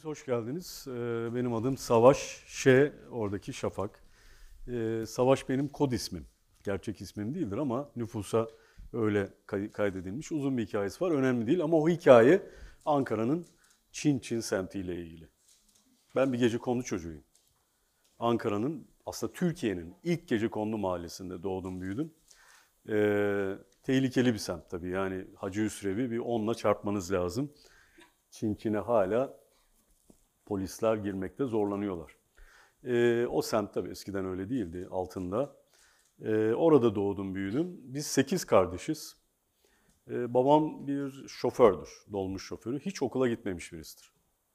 hoş geldiniz. Benim adım Savaş Ş, oradaki Şafak. Savaş benim kod ismim. Gerçek ismim değildir ama nüfusa öyle kaydedilmiş. Uzun bir hikayesi var, önemli değil ama o hikaye Ankara'nın Çin semtiyle ilgili. Ben bir gecekondu çocuğuyum. Ankara'nın, aslında Türkiye'nin ilk gecekondu mahallesinde doğdum, büyüdüm. Tehlikeli bir semt tabii, yani Hacı Hüsrev'i bir 10'la çarpmanız lazım. Çin'e hala polisler girmekte zorlanıyorlar. O semt tabii eskiden öyle değildi, altında. Orada doğdum, büyüdüm. Biz 8 kardeşiz. Babam bir şofördür, dolmuş şoförü. Hiç okula gitmemiş birisidir.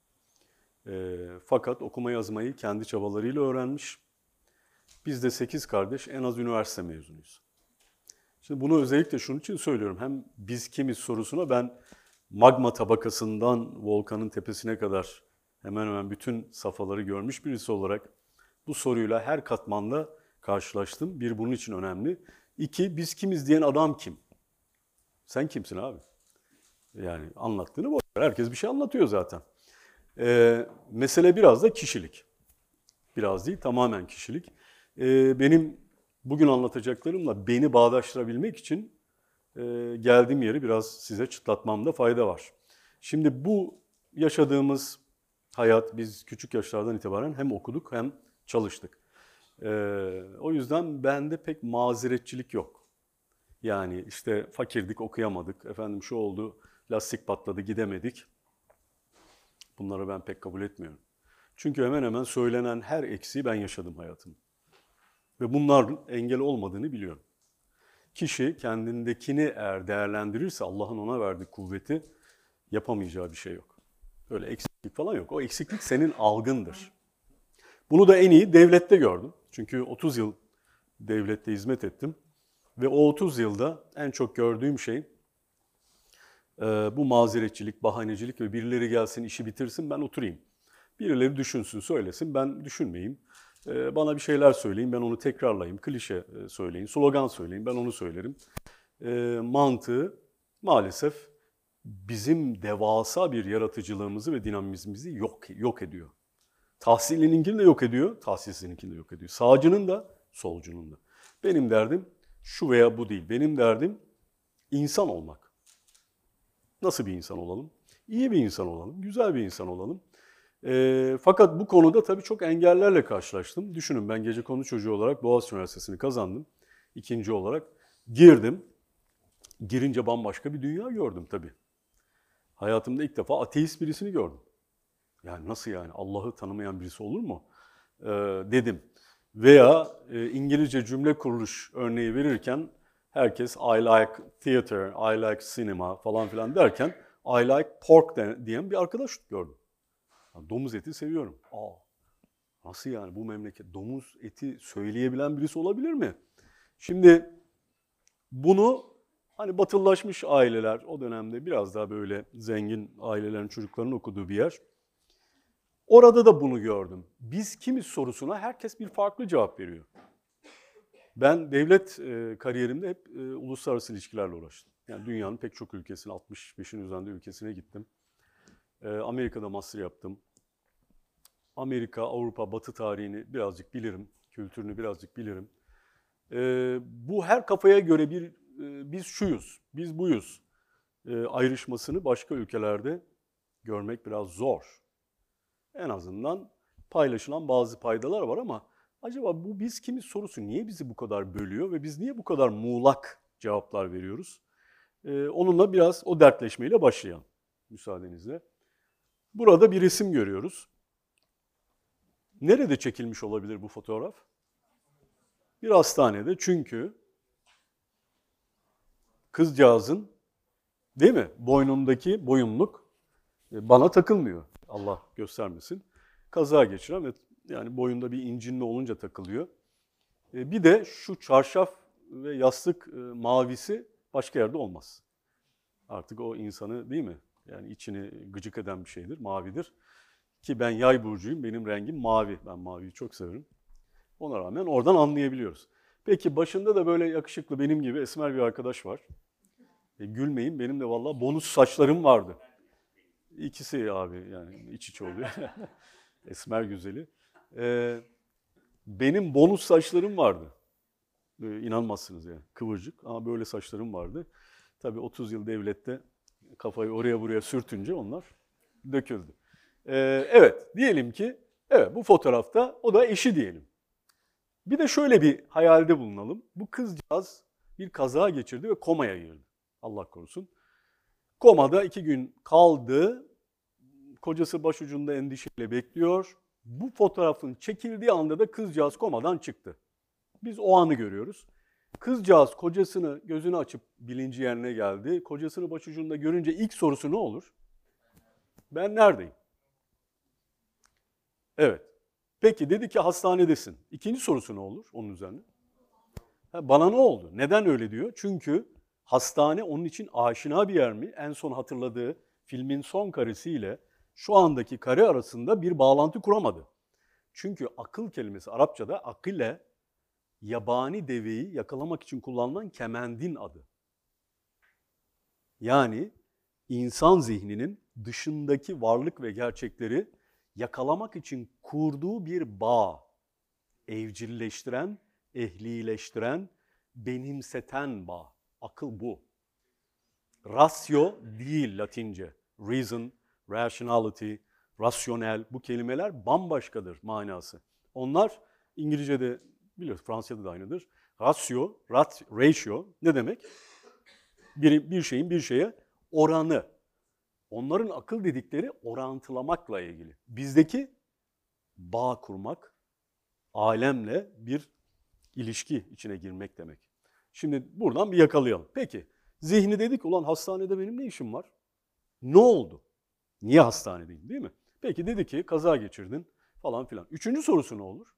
Fakat okuma yazmayı kendi çabalarıyla öğrenmiş. Biz de 8 kardeş en az üniversite mezunuyuz. Şimdi bunu özellikle şunun için söylüyorum. Hem biz kimiz sorusuna ben magma tabakasından volkanın tepesine kadar hemen hemen bütün safhaları görmüş birisi olarak bu soruyla her katmanda karşılaştım. Bir, bunun için önemli. İki, biz kimiz diyen adam kim? Sen kimsin abi? Yani anlattığını boş ver. Herkes bir şey anlatıyor zaten. Mesele biraz da kişilik. Biraz değil, tamamen kişilik. Benim bugün anlatacaklarımla beni bağdaştırabilmek için geldiğim yeri biraz size çıtlatmamda fayda var. Şimdi bu yaşadığımız hayat, biz küçük yaşlardan itibaren hem okuduk hem çalıştık. O yüzden bende pek mazeretçilik yok. Yani işte fakirdik, okuyamadık, efendim şu oldu, lastik patladı, gidemedik. Bunları ben pek kabul etmiyorum. Çünkü hemen hemen söylenen her eksiği ben yaşadım hayatımda. Ve bunların engel olmadığını biliyorum. Kişi kendindekini eğer değerlendirirse Allah'ın ona verdiği kuvveti yapamayacağı bir şey yok. Öyle eksiklik falan yok. O eksiklik senin algındır. Bunu da en iyi devlette gördüm. Çünkü 30 yıl devlette hizmet ettim. Ve o 30 yılda en çok gördüğüm şey bu mazeretçilik, bahanecilik ve birileri gelsin işi bitirsin ben oturayım. Birileri düşünsün, söylesin, ben düşünmeyeyim. Bana bir şeyler söyleyin, ben onu tekrarlayayım. Klişe söyleyin, slogan söyleyin, ben onu söylerim. Mantığı maalesef bizim devasa bir yaratıcılığımızı ve dinamizmimizi yok ediyor. Tahsilininkini de yok ediyor, tahsilsizininkini de yok ediyor. Sağcının da, solcunun da. Benim derdim şu veya bu değil. Benim derdim insan olmak. Nasıl bir insan olalım? İyi bir insan olalım, güzel bir insan olalım. Fakat bu konuda tabii çok engellerle karşılaştım. Düşünün, ben gecekondu çocuğu olarak Boğaziçi Üniversitesi'ni kazandım. İkinci olarak girdim. Girince bambaşka bir dünya gördüm tabii. Hayatımda ilk defa ateist birisini gördüm. Yani nasıl yani, Allah'ı tanımayan birisi olur mu? Dedim. Veya İngilizce cümle kuruluş örneği verirken herkes I like theater, I like cinema falan filan derken I like pork diyen bir arkadaş gördüm. Yani domuz eti seviyorum. Nasıl yani, bu memleket domuz eti söyleyebilen birisi olabilir mi? Şimdi bunu hani batılılaşmış aileler, o dönemde biraz daha böyle zengin ailelerin çocuklarının okuduğu bir yer. Orada da bunu gördüm. Biz kimiz sorusuna herkes bir farklı cevap veriyor. Ben devlet kariyerimde hep uluslararası ilişkilerle uğraştım. Yani dünyanın pek çok ülkesine, 65'in üzerinde ülkesine gittim. Amerika'da master yaptım. Amerika, Avrupa, Batı tarihini birazcık bilirim, kültürünü birazcık bilirim. Bu her kafaya göre biz şuyuz, biz buyuz ayrışmasını başka ülkelerde görmek biraz zor. En azından paylaşılan bazı paydalar var ama acaba bu biz kimiz sorusu niye bizi bu kadar bölüyor ve biz niye bu kadar muğlak cevaplar veriyoruz? Onunla biraz o dertleşmeyle başlayalım müsaadenizle. Burada bir resim görüyoruz. Nerede çekilmiş olabilir bu fotoğraf? Bir hastanede, çünkü kızcağızın, değil mi, boynundaki boyunluk bana takılmıyor. Allah göstermesin. Kaza geçiren ve yani boyunda bir incinme olunca takılıyor. Bir de şu çarşaf ve yastık mavisi başka yerde olmaz. Artık o insanı, değil mi, yani içini gıcık eden bir şeydir, mavidir. Ki ben yay burcuyum, benim rengim mavi. Ben maviyi çok severim. Ona rağmen oradan anlayabiliyoruz. Peki başında da böyle yakışıklı benim gibi esmer bir arkadaş var. Gülmeyin, benim de vallahi bonus saçlarım vardı. İkisi abi yani iç içe oluyor. Esmer güzeli. Ee, Benim bonus saçlarım vardı. İnanmazsınız yani. Kıvırcık ama böyle saçlarım vardı. Tabii 30 yıl devlette kafayı oraya buraya sürtünce onlar döküldü. Evet, diyelim ki evet bu fotoğrafta o da eşi diyelim. Bir de şöyle bir hayalde bulunalım. Bu kızcağız bir kaza geçirdi ve komaya girdi. Allah korusun. Komada 2 gün kaldı. Kocası başucunda endişeyle bekliyor. Bu fotoğrafın çekildiği anda da kızcağız komadan çıktı. Biz o anı görüyoruz. Kızcağız kocasını gözünü açıp bilinci yerine geldi. Kocasını başucunda görünce ilk sorusu ne olur? Ben neredeyim? Evet. Peki dedi ki hastanedesin. İkinci sorusu ne olur onun üzerine? Bana ne oldu? Neden öyle diyor? Çünkü hastane onun için aşina bir yer mi? En son hatırladığı filmin son karesiyle şu andaki kare arasında bir bağlantı kuramadı. Çünkü akıl kelimesi Arapçada akille yabani deveyi yakalamak için kullanılan kemendin adı. Yani insan zihninin dışındaki varlık ve gerçekleri yakalamak için kurduğu bir bağ, evcilleştiren, ehlileştiren, benimseten bağ. Akıl bu. Ratio değil Latince. Reason, rationality, rasyonel bu kelimeler bambaşkadır manası. Onlar İngilizce'de biliyoruz, Fransızca'da da aynıdır. Ratio ne demek? Bir şeyin bir şeye oranı. Onların akıl dedikleri orantılamakla ilgili. Bizdeki bağ kurmak, alemle bir ilişki içine girmek demek. Şimdi buradan bir yakalayalım. Peki, zihni dedik ulan hastanede benim ne işim var? Ne oldu? Niye hastanedeyim değil mi? Peki dedi ki kaza geçirdin falan filan. Üçüncü sorusu ne olur?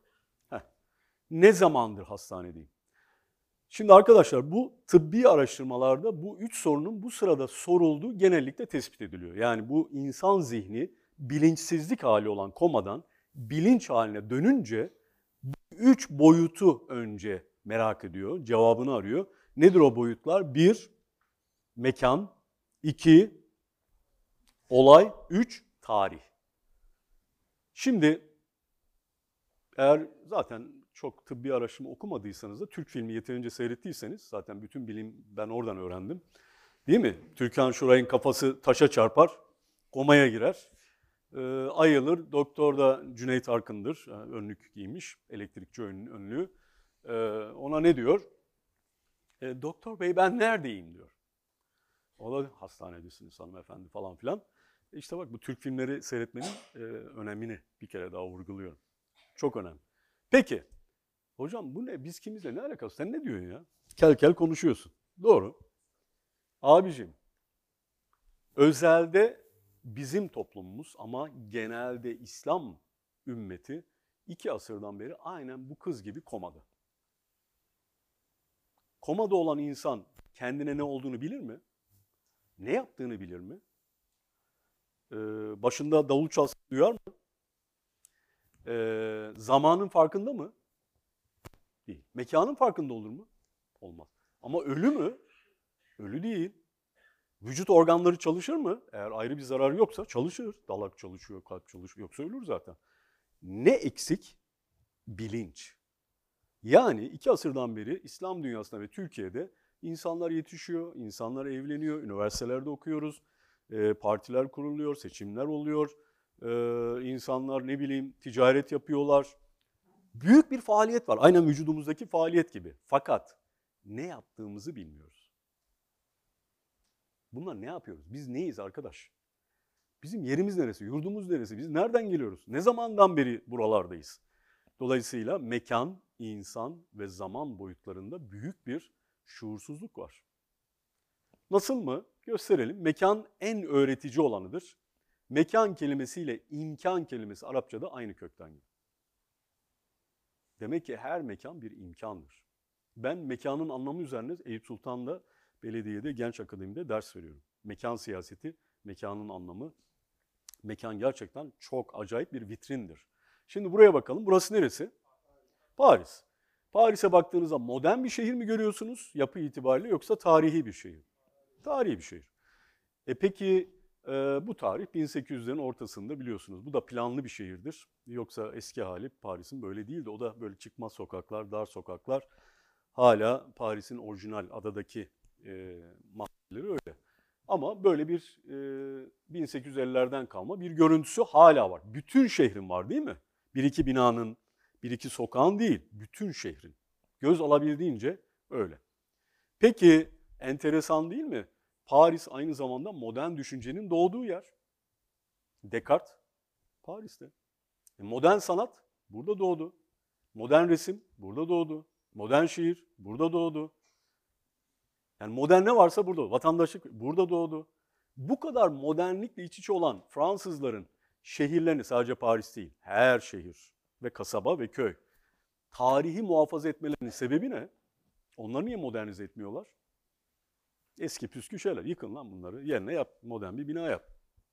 Ne zamandır hastanedeyim? Şimdi arkadaşlar bu tıbbi araştırmalarda bu üç sorunun bu sırada sorulduğu genellikle tespit ediliyor. Yani bu insan zihni bilinçsizlik hali olan komadan bilinç haline dönünce bu üç boyutu önce merak ediyor, cevabını arıyor. Nedir o boyutlar? 1, mekan, 2, olay, 3, tarih. Şimdi eğer zaten çok tıbbi araştırma okumadıysanız da Türk filmi yeterince seyrettiyseniz zaten bütün bilim ben oradan öğrendim. Değil mi? Türkan Şoray'ın kafası taşa çarpar, komaya girer. Ayılır, doktor da Cüneyt Arkın'dır, önlük giymiş, elektrikçi önlüğü. Ona ne diyor? Doktor bey ben neredeyim diyor. O da hastanedesiniz hanımefendi falan filan. İşte bak bu Türk filmleri seyretmenin önemini bir kere daha vurguluyorum. Çok önemli. Peki, hocam bu ne? Biz kimizle ne alakası? Sen ne diyorsun ya? Kel kel konuşuyorsun. Doğru. Abicim, özelde bizim toplumumuz ama genelde İslam ümmeti 2 asırdan beri aynen bu kız gibi komada. Komada olan insan kendine ne olduğunu bilir mi? Ne yaptığını bilir mi? Başında davul çalsa duyar mı? Zamanın farkında mı? Değil. Mekanın farkında olur mu? Olmaz. Ama ölü mü? Ölü değil. Vücut organları çalışır mı? Eğer ayrı bir zarar yoksa çalışır. Dalak çalışıyor, kalp çalışıyor. Yoksa ölür zaten. Ne eksik? Bilinç. Yani 2 asırdan beri İslam dünyasında ve Türkiye'de insanlar yetişiyor, insanlar evleniyor, üniversitelerde okuyoruz, partiler kuruluyor, seçimler oluyor, insanlar ne bileyim ticaret yapıyorlar. Büyük bir faaliyet var. Aynen vücudumuzdaki faaliyet gibi. Fakat ne yaptığımızı bilmiyoruz. Bunlar ne yapıyoruz? Biz neyiz arkadaş? Bizim yerimiz neresi? Yurdumuz neresi? Biz nereden geliyoruz? Ne zamandan beri buralardayız? Dolayısıyla mekan, insan ve zaman boyutlarında büyük bir şuursuzluk var. Nasıl mı? Gösterelim. Mekan en öğretici olanıdır. Mekan kelimesiyle imkan kelimesi Arapçada aynı kökten gelir. Demek ki her mekan bir imkandır. Ben mekanın anlamı üzerine Eyüp Sultan'da, belediyede, Genç Akademi'de ders veriyorum. Mekan siyaseti, mekanın anlamı. Mekan gerçekten çok acayip bir vitrindir. Şimdi buraya bakalım. Burası neresi? Paris. Paris'e baktığınızda modern bir şehir mi görüyorsunuz yapı itibariyle yoksa tarihi bir şehir? Tarihi bir şehir. Peki Bu tarih 1800'lerin ortasında biliyorsunuz. Bu da planlı bir şehirdir. Yoksa eski hali Paris'in böyle değildi. O da böyle çıkmaz sokaklar, dar sokaklar. Hala Paris'in orijinal adadaki mahalleleri öyle. Ama böyle bir 1850'lerden kalma bir görüntüsü hala var. Bütün şehrin var değil mi? Bir iki binanın, bir iki sokağın değil. Bütün şehrin. Göz alabildiğince öyle. Peki enteresan değil mi? Paris aynı zamanda modern düşüncenin doğduğu yer. Descartes Paris'te. Modern sanat burada doğdu. Modern resim burada doğdu. Modern şiir burada doğdu. Yani modern ne varsa burada doğdu. Vatandaşlık burada doğdu. Bu kadar modernlikle iç içe olan Fransızların şehirlerini, sadece Paris değil, her şehir ve kasaba ve köy, tarihi muhafaza etmelerinin sebebi ne? Onları niye modernize etmiyorlar? Eski püskü şeyler. Yıkın lan bunları. Yerine yap. Modern bir bina yap.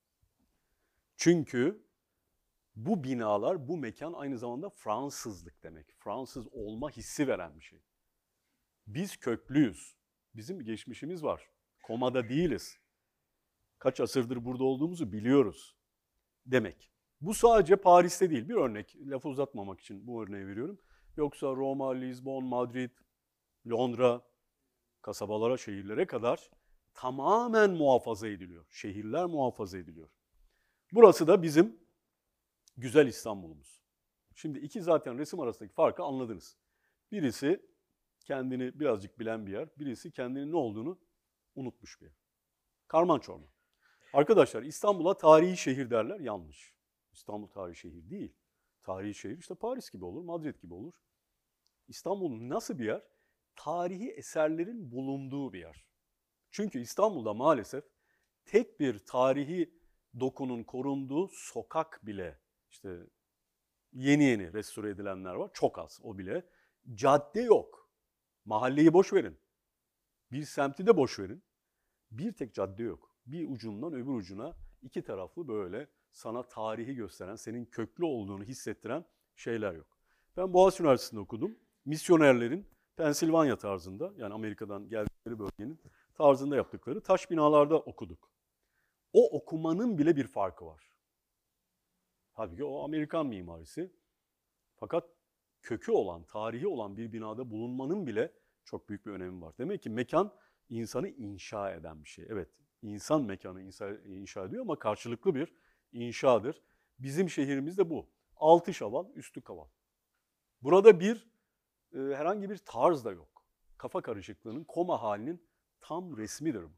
Çünkü bu binalar, bu mekan aynı zamanda Fransızlık demek. Fransız olma hissi veren bir şey. Biz köklüyüz. Bizim bir geçmişimiz var. Komada değiliz. Kaç asırdır burada olduğumuzu biliyoruz demek. Bu sadece Paris'te değil. Bir örnek, lafı uzatmamak için bu örneği veriyorum. Yoksa Roma, Lizbon, Madrid, Londra, kasabalara, şehirlere kadar tamamen muhafaza ediliyor. Şehirler muhafaza ediliyor. Burası da bizim güzel İstanbul'umuz. Şimdi iki zaten resim arasındaki farkı anladınız. Birisi kendini birazcık bilen bir yer, birisi kendinin ne olduğunu unutmuş bir yer. Karman çorman. Arkadaşlar İstanbul'a tarihi şehir derler, yanlış. İstanbul tarihi şehir değil. Tarihi şehir işte Paris gibi olur, Madrid gibi olur. İstanbul nasıl bir yer? Tarihi eserlerin bulunduğu bir yer. Çünkü İstanbul'da maalesef tek bir tarihi dokunun korunduğu sokak bile, işte yeni restore edilenler var, çok az o bile. Cadde yok. Mahalleyi boş verin. Bir semti de boş verin. Bir tek cadde yok. Bir ucundan öbür ucuna iki taraflı böyle sana tarihi gösteren, senin köklü olduğunu hissettiren şeyler yok. Ben Boğaziçi Üniversitesi'nde okudum. Misyonerlerin Pensilvanya tarzında, yani Amerika'dan geldikleri bölgenin tarzında yaptıkları taş binalarda okuduk. O okumanın bile bir farkı var. Halbuki o Amerikan mimarisi. Fakat kökü olan, tarihi olan bir binada bulunmanın bile çok büyük bir önemi var. Demek ki mekan insanı inşa eden bir şey. Evet, insan mekanı inşa ediyor ama karşılıklı bir inşadır. Bizim şehrimizde bu. Altı şaval, üstü kaval. Burada herhangi bir tarz da yok. Kafa karışıklığının, koma halinin tam resmidir bu.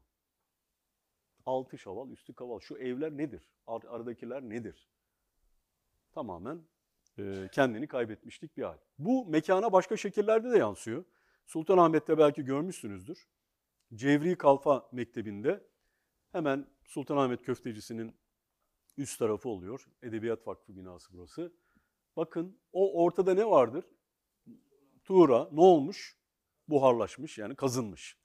Altı şaval, üstü kaval. Şu evler nedir? Aradakiler nedir? Tamamen kendini kaybetmişlik bir hal. Bu mekana başka şekillerde de yansıyor. Sultanahmet'te belki görmüşsünüzdür. Cevri Kalfa Mektebi'nde hemen Sultanahmet Köftecisi'nin üst tarafı oluyor. Edebiyat Vakfı binası burası. Bakın o ortada ne vardır? Tuğra ne olmuş? Buharlaşmış, yani kazınmış.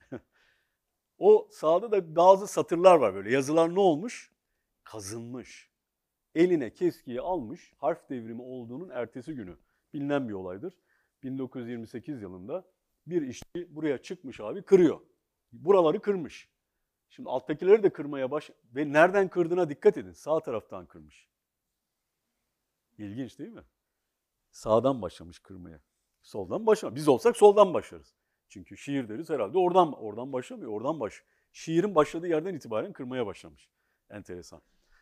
O sağda da bazı satırlar var böyle. Yazılar ne olmuş? Kazınmış. Eline keskiyi almış, harf devrimi olduğunun ertesi günü bilinen bir olaydır. 1928 yılında bir işçi buraya çıkmış abi, kırıyor. Buraları kırmış. Şimdi alttakileri de kırmaya ve nereden kırdığına dikkat edin. Sağ taraftan kırmış. İlginç değil mi? Sağdan başlamış kırmaya. Soldan başlamıyor. Biz olsak soldan başlarız. Çünkü şiir deriz herhalde oradan başlamıyor. Şiirin başladığı yerden itibaren kırmaya başlamış. Enteresan.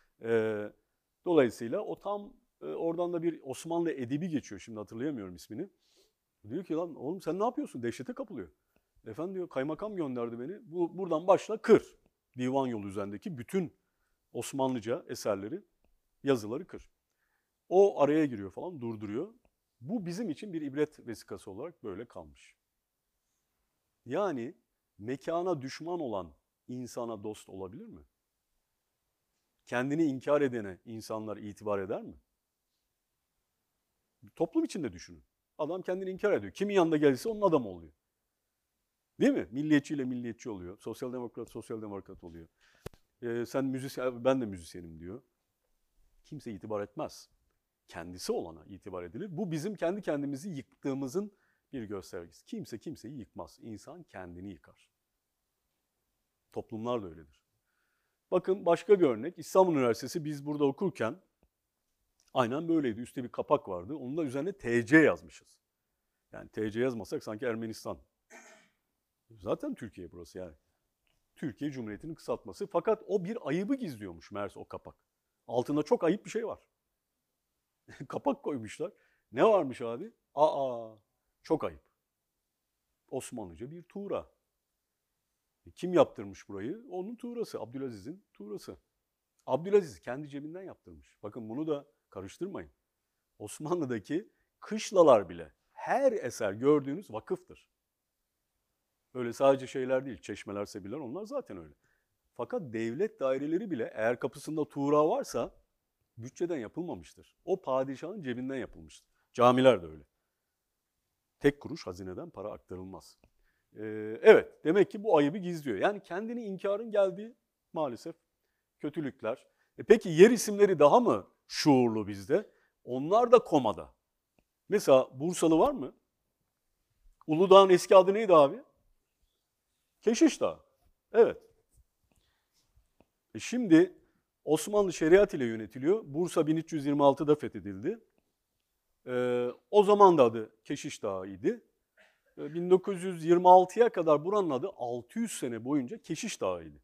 Dolayısıyla o tam oradan da bir Osmanlı edebi geçiyor. Şimdi hatırlayamıyorum ismini. Diyor ki lan oğlum sen ne yapıyorsun? Dehşete kapılıyor. Efendim diyor kaymakam gönderdi beni. Buradan başla kır. Divan yolu üzerindeki bütün Osmanlıca eserleri, yazıları kır. O araya giriyor falan, durduruyor. Bu bizim için bir ibret vesikası olarak böyle kalmış. Yani mekana düşman olan insana dost olabilir mi? Kendini inkar edene insanlar itibar eder mi? Toplum içinde düşünün. Adam kendini inkar ediyor. Kimin yanında gelirse onun adamı oluyor. Değil mi? Milliyetçiyle milliyetçi oluyor. Sosyal demokrat oluyor. Sen müzisyen, ben de müzisyenim diyor. Kimse itibar etmez. Kendisi olana itibar edilir. Bu bizim kendi kendimizi yıktığımızın bir göstergesi. Kimse kimseyi yıkmaz. İnsan kendini yıkar. Toplumlar da öyledir. Bakın başka bir örnek. İstanbul Üniversitesi biz burada okurken aynen böyleydi. Üstte bir kapak vardı. Onun da üzerine TC yazmışız. Yani TC yazmasak sanki Ermenistan. Zaten Türkiye burası yani. Türkiye Cumhuriyeti'nin kısaltması. Fakat o bir ayıbı gizliyormuş meğerse o kapak. Altında çok ayıp bir şey var. Kapak koymuşlar. Ne varmış abi? Çok ayıp. Osmanlıca bir tuğra. Kim yaptırmış burayı? Onun tuğrası. Abdülaziz'in tuğrası. Abdülaziz kendi cebinden yaptırmış. Bakın bunu da karıştırmayın. Osmanlı'daki kışlalar bile her eser gördüğünüz vakıftır. Öyle sadece şeyler değil, çeşmeler, sebiler onlar zaten öyle. Fakat devlet daireleri bile eğer kapısında tuğra varsa bütçeden yapılmamıştır. O padişahın cebinden yapılmıştır. Camiler de öyle. Tek kuruş hazineden para aktarılmaz. Evet, demek ki bu ayıbı gizliyor. Yani kendini inkarın geldiği maalesef kötülükler. Peki yer isimleri daha mı şuurlu bizde? Onlar da komada. Mesela Bursalı var mı? Uludağ'ın eski adı neydi abi? Keşiş Dağı. Evet. Şimdi Osmanlı şeriat ile yönetiliyor. Bursa 1326'da fethedildi. O zaman da adı Keşiş Dağı'ydı. 1926'ya kadar buranın adı 600 sene boyunca Keşiş Dağı'ydı.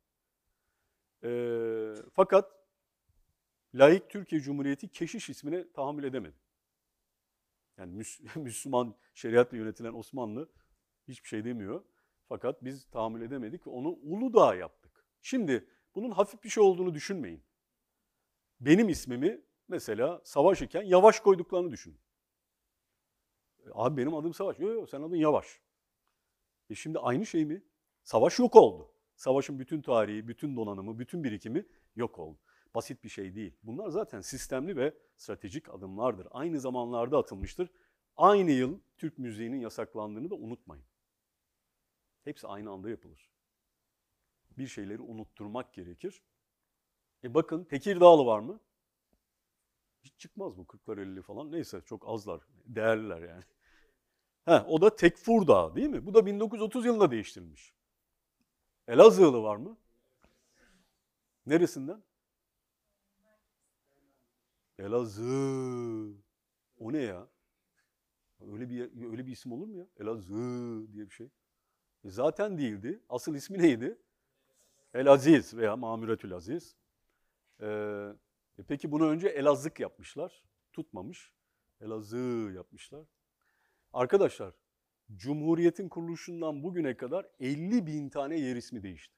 Fakat laik Türkiye Cumhuriyeti Keşiş ismine tahammül edemedi. Yani Müslüman şeriatla yönetilen Osmanlı hiçbir şey demiyor. Fakat biz tahammül edemedik ve onu Uludağ yaptık. Şimdi bunun hafif bir şey olduğunu düşünmeyin. Benim ismimi mesela Savaş iken Yavaş koyduklarını düşünün. Abi benim adım Savaş. Yok sen adın Yavaş. Şimdi aynı şey mi? Savaş yok oldu. Savaşın bütün tarihi, bütün donanımı, bütün birikimi yok oldu. Basit bir şey değil. Bunlar zaten sistemli ve stratejik adımlardır. Aynı zamanlarda atılmıştır. Aynı yıl Türk müziğinin yasaklandığını da unutmayın. Hepsi aynı anda yapılır. Bir şeyleri unutturmak gerekir. Bakın Tekirdağlı var mı? Hiç çıkmaz bu 40'lar 50 falan. Neyse çok azlar. Değerliler yani. O da Tekfur Dağı değil mi? Bu da 1930 yılında değiştirilmiş. Elazığlı var mı? Neresinden? Elazığ. O ne ya? Öyle bir isim olur mu ya? Elazığ diye bir şey. Zaten değildi. Asıl ismi neydi? El-Aziz veya Mamuretül Aziz. Peki bunu önce Elazığ yapmışlar. Tutmamış. Elazığ yapmışlar. Arkadaşlar, Cumhuriyet'in kuruluşundan bugüne kadar 50 bin tane yer ismi değişti.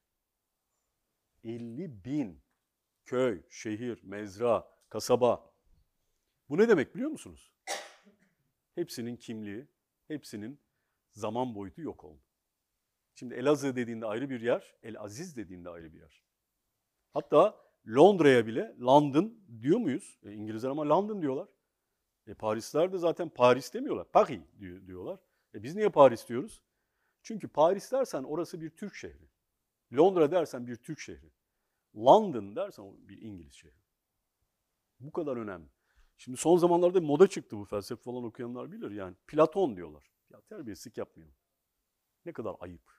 50 bin. Köy, şehir, mezra, kasaba. Bu ne demek biliyor musunuz? Hepsinin kimliği, hepsinin zaman boyutu yok oldu. Şimdi Elazığ dediğinde ayrı bir yer, El-Aziz dediğinde ayrı bir yer. Hatta Londra'ya bile London diyor muyuz? İngilizler ama London diyorlar. Parisler de zaten Paris demiyorlar, Paris diyorlar. Biz niye Paris diyoruz? Çünkü Paris dersen orası bir Türk şehri. Londra dersen bir Türk şehri. London dersen bir İngiliz şehri. Bu kadar önemli. Şimdi son zamanlarda moda çıktı bu, felsefe falan okuyanlar bilir yani. Platon diyorlar. Ya terbiyesizlik yapmayalım. Ne kadar ayıp.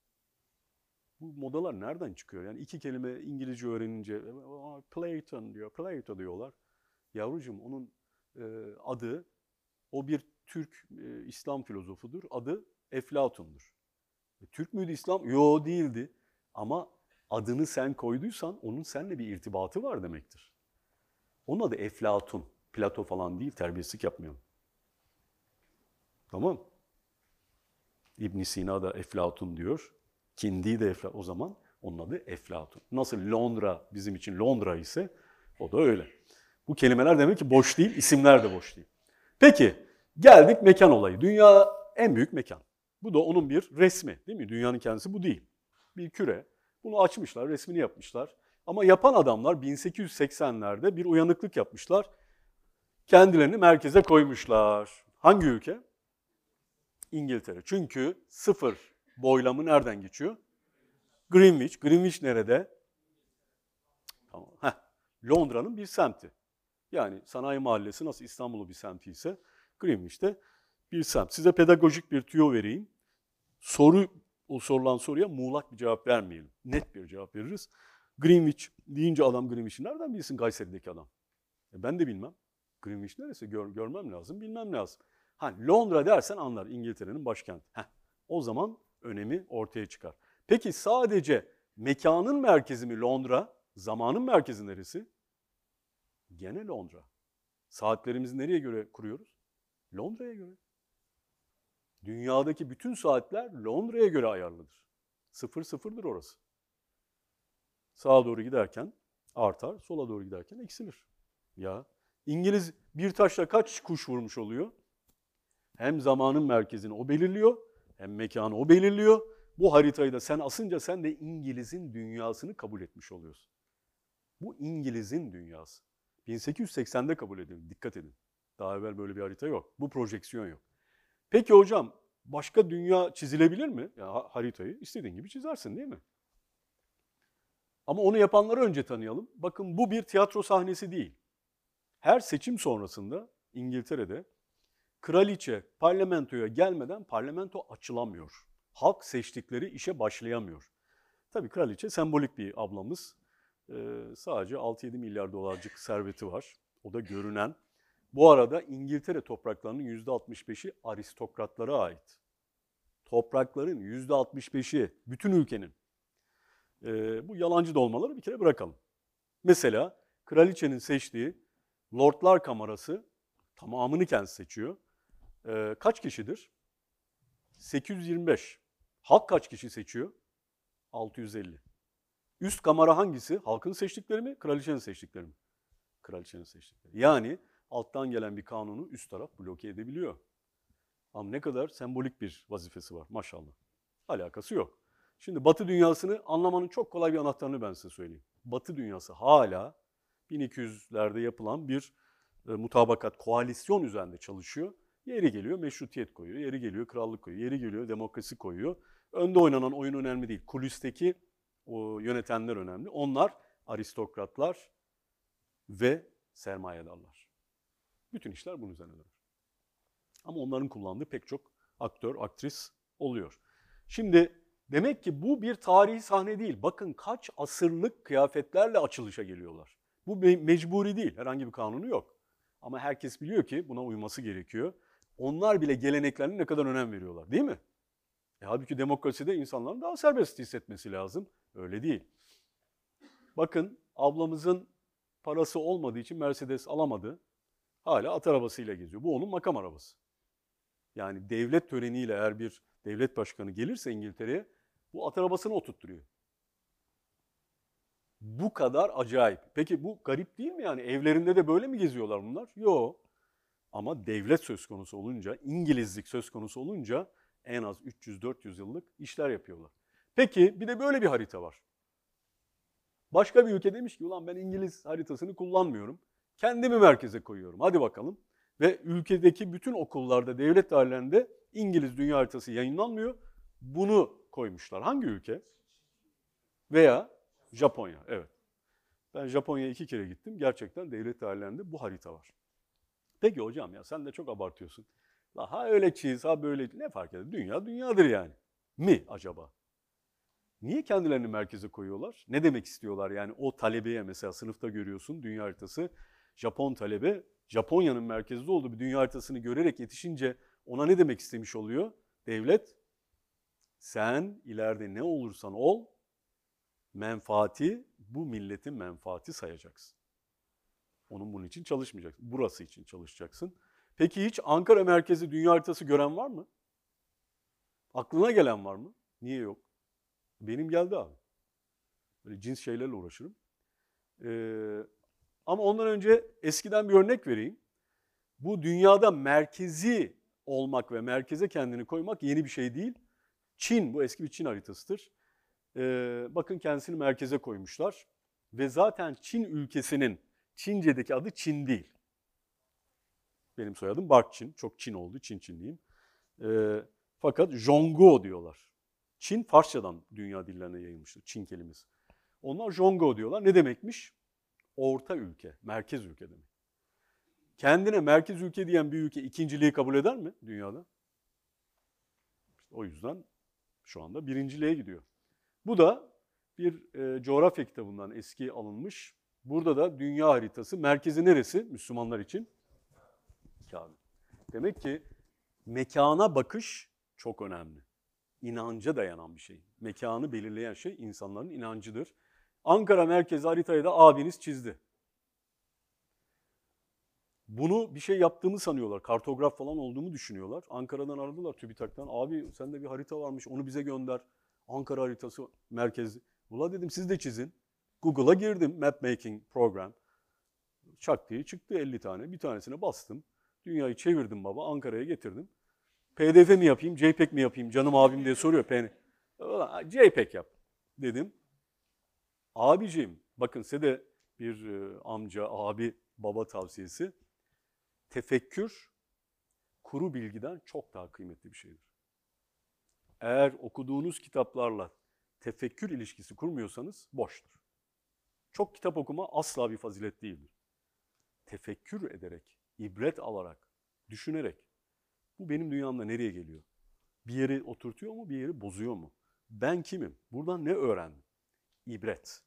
Bu modalar nereden çıkıyor? Yani iki kelime İngilizce öğrenince Platon diyor, Plato diyorlar. Yavrucuğum onun adı, o bir Türk İslam filozofudur. Adı Eflatun'dur. Türk müydü İslam? Yo değildi. Ama adını sen koyduysan onun seninle bir irtibatı var demektir. Onun adı Eflatun. Plato falan değil, terbiyesizlik yapmayalım. Tamam. İbn Sina da Eflatun diyor. Kindi de Eflatun. O zaman onun adı Eflatun. Nasıl Londra bizim için Londra ise o da öyle. Bu kelimeler demek ki boş değil, isimler de boş değil. Peki, geldik mekan olayı. Dünya en büyük mekan. Bu da onun bir resmi değil mi? Dünyanın kendisi bu değil. Bir küre. Bunu açmışlar, resmini yapmışlar. Ama yapan adamlar 1880'lerde bir uyanıklık yapmışlar. Kendilerini merkeze koymuşlar. Hangi ülke? İngiltere. Çünkü sıfır boylamı nereden geçiyor? Greenwich. Greenwich nerede? Tamam. Londra'nın bir semti. Yani sanayi mahallesi nasıl İstanbul'un bir semti ise Greenwich'te bir semt. Size pedagojik bir tüyo vereyim. O sorulan soruya muğlak bir cevap vermeyelim. Net bir cevap veririz. Greenwich deyince adam Greenwich'i nereden bilsin Kayseri'deki adam? Ben de bilmem. Greenwich neresi? Görmem lazım, bilmem lazım. Londra dersen anlar, İngiltere'nin başkenti. O zaman önemi ortaya çıkar. Peki sadece mekanın merkezi mi Londra? Zamanın merkezi neresi? Gene Londra. Saatlerimizi nereye göre kuruyoruz? Londra'ya göre. Dünyadaki bütün saatler Londra'ya göre ayarlıdır. 0-0'dır orası. Sağa doğru giderken artar, sola doğru giderken eksilir. Ya İngiliz bir taşla kaç kuş vurmuş oluyor? Hem zamanın merkezini o belirliyor, hem mekanı o belirliyor. Bu haritayı da sen asınca sen de İngiliz'in dünyasını kabul etmiş oluyorsun. Bu İngiliz'in dünyası. 1880'de kabul edildi, dikkat edin. Daha evvel böyle bir harita yok. Bu projeksiyon yok. Peki hocam, başka dünya çizilebilir mi? Ya, haritayı istediğin gibi çizersin değil mi? Ama onu yapanları önce tanıyalım. Bakın bu bir tiyatro sahnesi değil. Her seçim sonrasında İngiltere'de kraliçe parlamentoya gelmeden parlamento açılamıyor. Halk seçtikleri işe başlayamıyor. Tabii kraliçe sembolik bir ablamız. Sadece 6-7 milyar dolarcık serveti var. O da görünen. Bu arada İngiltere topraklarının %65'i aristokratlara ait. Toprakların %65'i bütün ülkenin. Bu yalancı dolmaları bir kere bırakalım. Mesela kraliçenin seçtiği Lordlar Kamerası tamamını kendisi seçiyor. Kaç kişidir? 825. Halk kaç kişi seçiyor? 650. Üst kamera hangisi? Halkın seçtikleri mi? Kraliçenin seçtikleri mi? Kraliçenin seçtikleri. Yani alttan gelen bir kanunu üst taraf bloke edebiliyor. Ama ne kadar sembolik bir vazifesi var maşallah. Alakası yok. Şimdi Batı dünyasını anlamanın çok kolay bir anahtarını ben size söyleyeyim. Batı dünyası hala 1200'lerde yapılan bir mutabakat, koalisyon üzerinde çalışıyor. Yeri geliyor meşrutiyet koyuyor, yeri geliyor krallık koyuyor, yeri geliyor demokrasi koyuyor. Önde oynanan oyun önemli değil. Kulisteki o yönetenler önemli. Onlar aristokratlar ve sermayedarlar. Bütün işler bunun üzerine dönüyor. Ama onların kullandığı pek çok aktör, aktris oluyor. Şimdi demek ki bu bir tarihi sahne değil. Bakın kaç asırlık kıyafetlerle açılışa geliyorlar. Bu mecburi değil, herhangi bir kanunu yok. Ama herkes biliyor ki buna uyması gerekiyor. Onlar bile geleneklerine ne kadar önem veriyorlar, değil mi? Halbuki demokraside insanların daha serbest hissetmesi lazım. Öyle değil. Bakın ablamızın parası olmadığı için Mercedes alamadı. Hala at arabasıyla geziyor. Bu onun makam arabası. Yani devlet töreniyle eğer bir devlet başkanı gelirse İngiltere'ye bu at arabasını oturtturuyor. Bu kadar acayip. Peki bu garip değil mi yani? Evlerinde de böyle mi geziyorlar bunlar? Yok. Ama devlet söz konusu olunca, İngilizlik söz konusu olunca en az 300-400 yıllık işler yapıyorlar. Peki bir de böyle bir harita var. Başka bir ülke demiş ki ulan ben İngiliz haritasını kullanmıyorum. Kendimi merkeze koyuyorum. Hadi bakalım. Ve ülkedeki bütün okullarda, devlet dairelerinde İngiliz dünya haritası yayınlanmıyor. Bunu koymuşlar. Hangi ülke? Veya Japonya. Evet. Ben Japonya'ya 2 kere gittim. Gerçekten devlet dairelerinde bu harita var. Peki hocam ya sen de çok abartıyorsun. Ha öyle çiz, ha böyle ne fark eder? Dünya dünyadır yani. Mi acaba? Niye kendilerini merkeze koyuyorlar? Ne demek istiyorlar? Yani o talebeye mesela sınıfta görüyorsun dünya haritası. Japon talebe Japonya'nın merkezde olduğu bir dünya haritasını görerek yetişince ona ne demek istemiş oluyor? Devlet sen ileride ne olursan ol menfaati bu milletin menfaati sayacaksın. Onun bunun için çalışmayacaksın. Burası için çalışacaksın. Peki hiç Ankara merkezi dünya haritası gören var mı? Aklına gelen var mı? Niye yok? Benim geldi abi. Böyle cins şeylerle uğraşırım. Ama ondan önce eskiden bir örnek vereyim. Bu dünyada merkezi olmak ve merkeze kendini koymak yeni bir şey değil. Çin, bu eski bir Çin haritasıdır. Bakın kendisini merkeze koymuşlar. Ve zaten Çin ülkesinin Çince'deki adı Çin değil. Benim soyadım Barkçin. Çok Çin oldu. Çinliyim. Fakat Zhongguo diyorlar. Çin Farsçadan dünya dillerine yayılmıştır. Çin kelimesi. Onlar Zhongguo diyorlar. Ne demekmiş? Orta ülke, merkez ülke demek. Kendine merkez ülke diyen bir ülke ikinciliği kabul eder mi dünyada? İşte o yüzden şu anda birinciliğe gidiyor. Bu da bir coğrafya kitabından eski alınmış. Burada da dünya haritası. Merkezi neresi Müslümanlar için? Kabe. Demek ki mekana bakış çok önemli. İnanca dayanan bir şey. Mekanı belirleyen şey insanların inancıdır. Ankara merkezi haritayı da abiniz çizdi. Bunu bir şey yaptığımı sanıyorlar. Kartograf falan olduğumu düşünüyorlar. Ankara'dan aradılar TÜBİTAK'tan. Abi sende bir harita varmış onu bize gönder. Ankara haritası merkezi. Ula dedim siz de çizin. Google'a girdim map making program. Çak diye çıktı 50 tane. Bir tanesine bastım. Dünyayı çevirdim baba. Ankara'ya getirdim. PDF mi yapayım, JPEG mi yapayım canım abim diye soruyor. JPEG yap dedim. Abiciğim bakın size de bir amca, abi, baba tavsiyesi. Tefekkür kuru bilgiden çok daha kıymetli bir şeydir. Eğer okuduğunuz kitaplarla tefekkür ilişkisi kurmuyorsanız boştur. Çok kitap okuma asla bir fazilet değildir. Tefekkür ederek, ibret alarak, düşünerek bu benim dünyamda nereye geliyor? Bir yeri oturtuyor mu, bir yeri bozuyor mu? Ben kimim? Buradan ne öğrendim? İbret.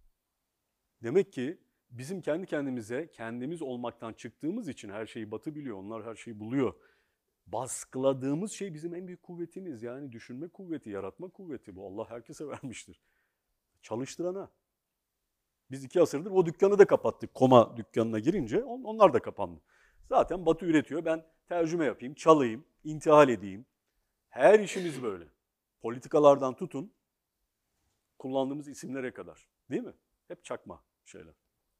Demek ki bizim kendi kendimize kendimiz olmaktan çıktığımız için her şeyi Batı biliyor, onlar her şeyi buluyor. Baskıladığımız şey bizim en büyük kuvvetimiz. Yani düşünme kuvveti, yaratma kuvveti. Bu Allah herkese vermiştir. Çalıştırana. Biz 2 asırdır o dükkanı da kapattık. Koma dükkanına girince onlar da kapandı. Zaten Batı üretiyor. Ben tercüme yapayım, çalayım, intihal edeyim. Her işimiz böyle. Politikalardan tutun, kullandığımız isimlere kadar. Değil mi? Hep çakma şeyler.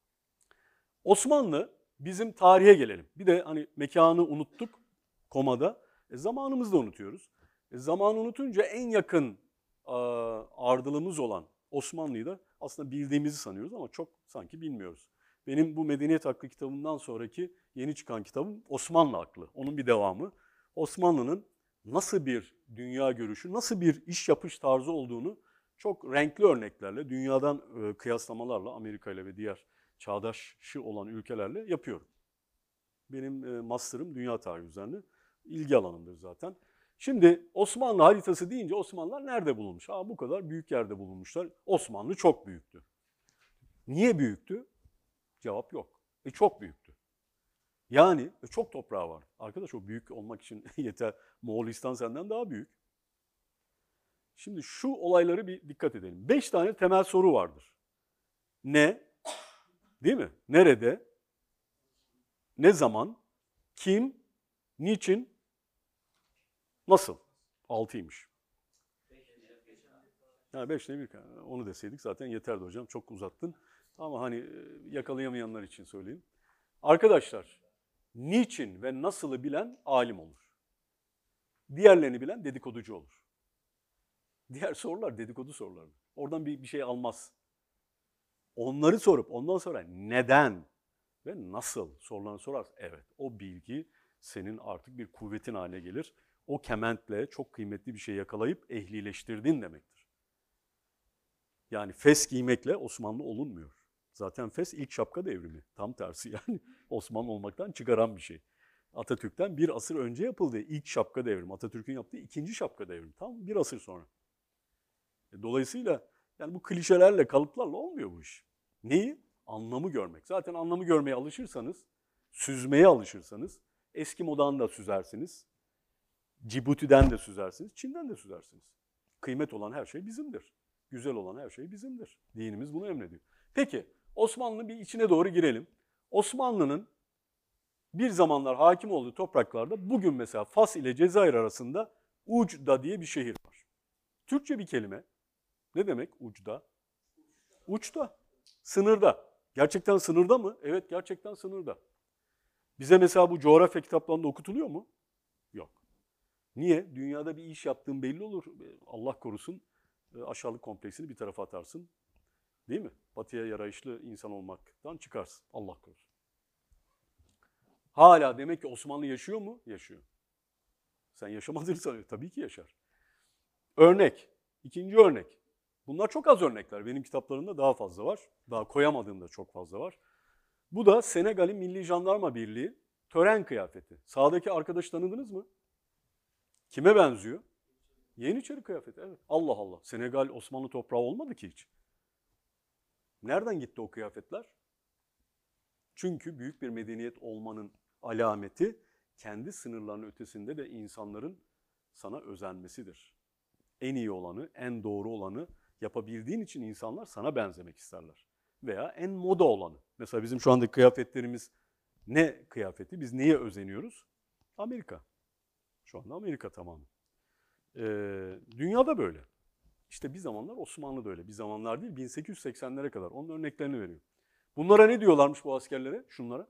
Osmanlı, bizim tarihe gelelim. Bir de hani mekanı unuttuk komada. Zamanımızı da unutuyoruz. Zamanı unutunca en yakın ardılımız olan Osmanlı'yı da aslında bildiğimizi sanıyoruz ama çok sanki bilmiyoruz. Benim bu Medeniyet Aklı kitabından sonraki yeni çıkan kitabım Osmanlı Aklı. Onun bir devamı. Osmanlı'nın nasıl bir dünya görüşü, nasıl bir iş yapış tarzı olduğunu çok renkli örneklerle, dünyadan kıyaslamalarla, Amerika ile ve diğer çağdaşı olan ülkelerle yapıyorum. Benim master'ım dünya tarihi üzerine. İlgi alanımdır zaten. Şimdi Osmanlı haritası deyince Osmanlılar nerede bulunmuş? Bu kadar büyük yerde bulunmuşlar. Osmanlı çok büyüktü. Niye büyüktü? Cevap yok. Çok büyüktü. Yani çok toprağı var. Arkadaş o büyük olmak için yeter. Moğolistan senden daha büyük. Şimdi şu olayları bir dikkat edelim. 5 tane temel soru vardır. Ne? Değil mi? Nerede? Ne zaman? Kim? Niçin? Nasıl? 6'ymış. Yani 5 ne bir onu deseydik zaten yeterdi hocam. Çok uzattın. Ama hani yakalayamayanlar için söyleyeyim. Arkadaşlar, niçin ve nasılı bilen alim olur. Diğerlerini bilen dedikoducu olur. Diğer sorular dedikodu soruları. Oradan bir şey almaz. Onları sorup ondan sonra neden ve nasıl sorularını sorarsan evet o bilgi senin artık bir kuvvetin haline gelir. O kementle çok kıymetli bir şey yakalayıp ehlileştirdin demektir. Yani fes giymekle Osmanlı olunmuyor. Zaten fes ilk şapka devrimi. Tam tersi yani Osmanlı olmaktan çıkaran bir şey. Atatürk'ten bir asır önce yapıldı ilk şapka devrimi. Atatürk'ün yaptığı ikinci şapka devrimi. Tam bir asır sonra. Dolayısıyla yani bu klişelerle, kalıplarla olmuyor bu iş. Neyi? Anlamı görmek. Zaten anlamı görmeye alışırsanız, süzmeye alışırsanız, eski modan da süzersiniz, Cibuti'den de süzersiniz, Çin'den de süzersiniz. Kıymet olan her şey bizimdir. Güzel olan her şey bizimdir. Dinimiz bunu emrediyor. Peki, Osmanlı'nın bir içine doğru girelim. Osmanlı'nın bir zamanlar hakim olduğu topraklarda bugün mesela Fas ile Cezayir arasında Ucda diye bir şehir var. Türkçe bir kelime. Ne demek ucda? Uçta. Sınırda. Gerçekten sınırda mı? Evet, gerçekten sınırda. Bize mesela bu coğrafya kitaplarında okutuluyor mu? Yok. Niye? Dünyada bir iş yaptığın belli olur. Allah korusun aşağılık kompleksini bir tarafa atarsın. Değil mi? Batıya yarayışlı insan olmaktan çıkarsın. Allah korusun. Hala demek ki Osmanlı yaşıyor mu? Yaşıyor. Sen yaşamadığını sanıyorsun. Tabii ki yaşar. Örnek. İkinci örnek. Bunlar çok az örnekler. Benim kitaplarımda daha fazla var. Daha koyamadığımda çok fazla var. Bu da Senegal'in Milli Jandarma Birliği tören kıyafeti. Sağdaki arkadaşı tanıdınız mı? Kime benziyor? Yeniçeri kıyafeti, evet. Allah Allah. Senegal Osmanlı toprağı olmadı ki hiç. Nereden gitti o kıyafetler? Çünkü büyük bir medeniyet olmanın alameti kendi sınırlarının ötesinde de insanların sana özenmesidir. En iyi olanı, en doğru olanı yapabildiğin için insanlar sana benzemek isterler. Veya en moda olanı. Mesela bizim şu andaki kıyafetlerimiz ne kıyafeti? Biz neye özeniyoruz? Amerika. Şu anda Amerika tamamen. Dünyada böyle. İşte bir zamanlar Osmanlı'da öyle. Bir zamanlar değil, 1880'lere kadar. Onun örneklerini veriyor. Bunlara ne diyorlarmış bu askerlere? Şunlara.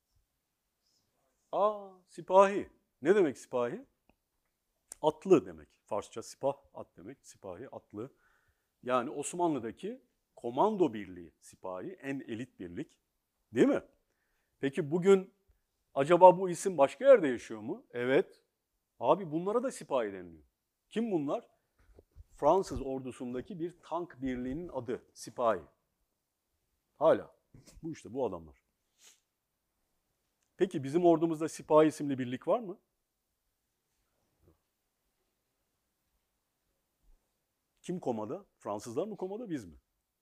Sipahi. Ne demek sipahi? Atlı demek. Farsça sipah, at demek. Sipahi, atlı. Yani Osmanlı'daki komando birliği sipahi, en elit birlik. Değil mi? Peki bugün acaba bu isim başka yerde yaşıyor mu? Evet. Abi bunlara da sipahi deniliyor. Kim bunlar? Fransız ordusundaki bir tank birliğinin adı sipahi. Hala. Bu işte bu adamlar. Peki bizim ordumuzda sipahi isimli birlik var mı? Kim komada? Fransızlar mı komada, biz mi?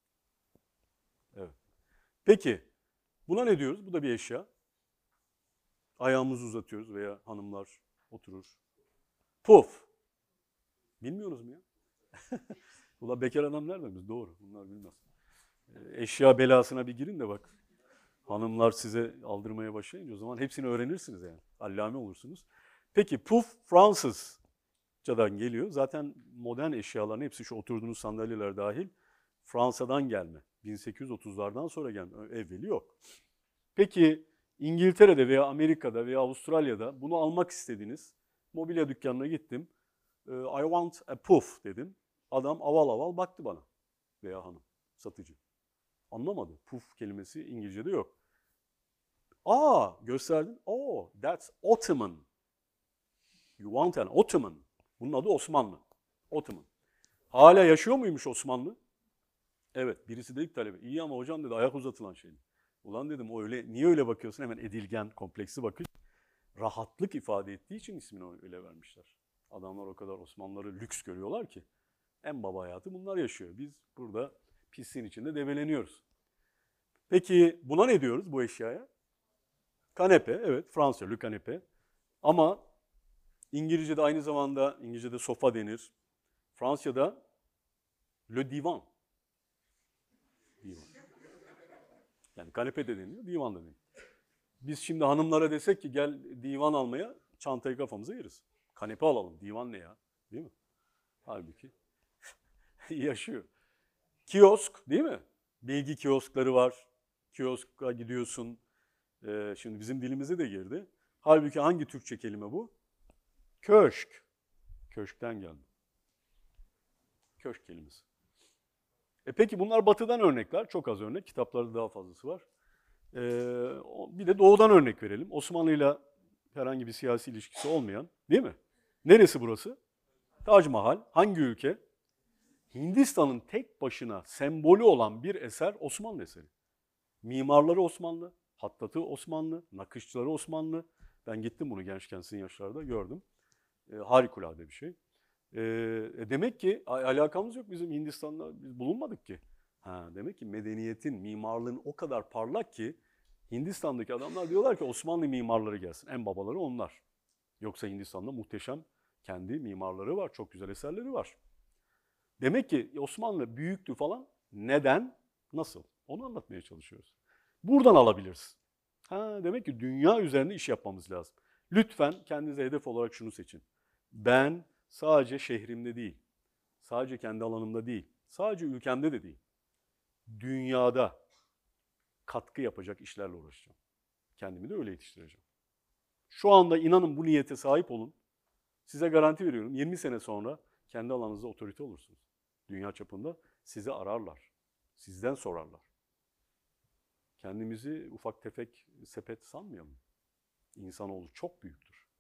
Evet. Peki buna ne diyoruz? Bu da bir eşya. Ayağımızı uzatıyoruz veya hanımlar oturur. Puf. Bilmiyorsunuz mu ya? Ulan bekar adam nereden biz? Doğru. Bunlar bilmez. Eşya belasına bir girin de bak. Hanımlar size aldırmaya başlayınca o zaman hepsini öğrenirsiniz yani. Allame olursunuz. Peki puf Fransızcadan geliyor. Zaten modern eşyaların hepsi şu oturduğunuz sandalyeler dahil Fransa'dan gelme. 1830'lardan sonra gelme. Evveli yok. Peki İngiltere'de veya Amerika'da veya Avustralya'da bunu almak istediniz. Mobilya dükkanına gittim. I want a puff dedim. Adam aval aval baktı bana veya hanım, satıcı. Anlamadı. Puff kelimesi İngilizce'de yok. Gösterdin. That's Ottoman. You want an Ottoman. Bunun adı Osmanlı. Ottoman. Hala yaşıyor muymuş Osmanlı? Evet. Birisi dedi talebe. İyi ama hocam dedi ayak uzatılan şey. Ulan dedim o öyle, niye öyle bakıyorsun? Hemen edilgen, kompleksi bakış. Rahatlık ifade ettiği için ismini öyle vermişler. Adamlar o kadar Osmanlıları lüks görüyorlar ki. En baba hayatı bunlar yaşıyor. Biz burada pisliğin içinde develeniyoruz. Peki buna ne diyoruz bu eşyaya? Kanepe, evet Fransızca le kanepe. Ama İngilizce'de aynı zamanda, İngilizce'de sofa denir. Fransızca'da le divan. Divan. Yani kanepe de deniliyor, divan da deniliyor. Biz şimdi hanımlara desek ki gel divan almaya, çantayı kafamıza yeriz. Kanepe alalım, divan ne ya? Değil mi? Halbuki yaşıyor. Kiosk değil mi? Bilgi kioskları var. Kioska gidiyorsun. Şimdi bizim dilimize de girdi. Halbuki hangi Türkçe kelime bu? Köşk. Köşkten geldi. Köşk kelimesi. Peki bunlar batıdan örnekler. Çok az örnek. Kitaplarda daha fazlası var. Bir de doğudan örnek verelim. Osmanlı'yla herhangi bir siyasi ilişkisi olmayan, değil mi? Neresi burası? Tac Mahal. Hangi ülke? Hindistan'ın tek başına sembolü olan bir eser Osmanlı eseri. Mimarları Osmanlı, hattatı Osmanlı, nakışçıları Osmanlı. Ben gittim bunu gençken sizin yaşlarda gördüm. Harikulade bir şey. Demek ki alakamız yok bizim Hindistan'la, biz bulunmadık ki. Demek ki medeniyetin, mimarlığın o kadar parlak ki Hindistan'daki adamlar diyorlar ki Osmanlı mimarları gelsin. En babaları onlar. Yoksa Hindistan'da muhteşem kendi mimarları var, çok güzel eserleri var. Demek ki Osmanlı büyüktü falan. Neden? Nasıl? Onu anlatmaya çalışıyoruz. Buradan alabiliriz. Demek ki dünya üzerinde iş yapmamız lazım. Lütfen kendinize hedef olarak şunu seçin. Ben sadece şehrimde değil, sadece kendi alanımda değil, sadece ülkemde de değil, dünyada katkı yapacak işlerle uğraşacağım. Kendimi de öyle yetiştireceğim. Şu anda inanın bu niyete sahip olun. Size garanti veriyorum 20 sene sonra kendi alanınızda otorite olursunuz. Dünya çapında sizi ararlar, sizden sorarlar. Kendimizi ufak tefek sepet sanmayalım. İnsanoğlu çok büyüktür.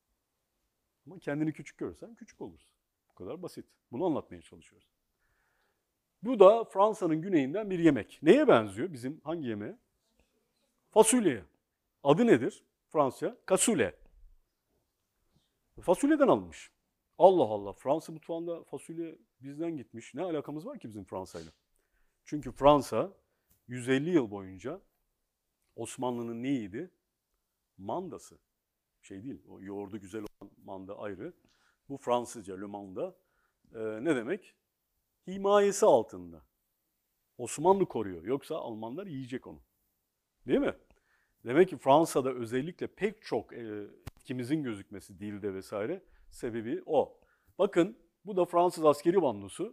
Ama kendini küçük görürsen küçük olursun. Bu kadar basit. Bunu anlatmaya çalışıyoruz. Bu da Fransa'nın güneyinden bir yemek. Neye benziyor? Bizim hangi yemeğe? Fasulyeye. Adı nedir? Fransızca cassoulet. Fasulyeden alınmış. Allah Allah, Fransa mutfağında fasulye bizden gitmiş. Ne alakamız var ki bizim Fransa'yla? Çünkü Fransa 150 yıl boyunca Osmanlı'nın neydi? Mandası. Şey değil, o yoğurdu güzel olan manda ayrı. Bu Fransızca, le manda. Ne demek? Himayesi altında. Osmanlı koruyor. Yoksa Almanlar yiyecek onu. Değil mi? Demek ki Fransa'da özellikle pek çok etkimizin gözükmesi dilde vesaire sebebi o. Bakın bu da Fransız askeri bandosu.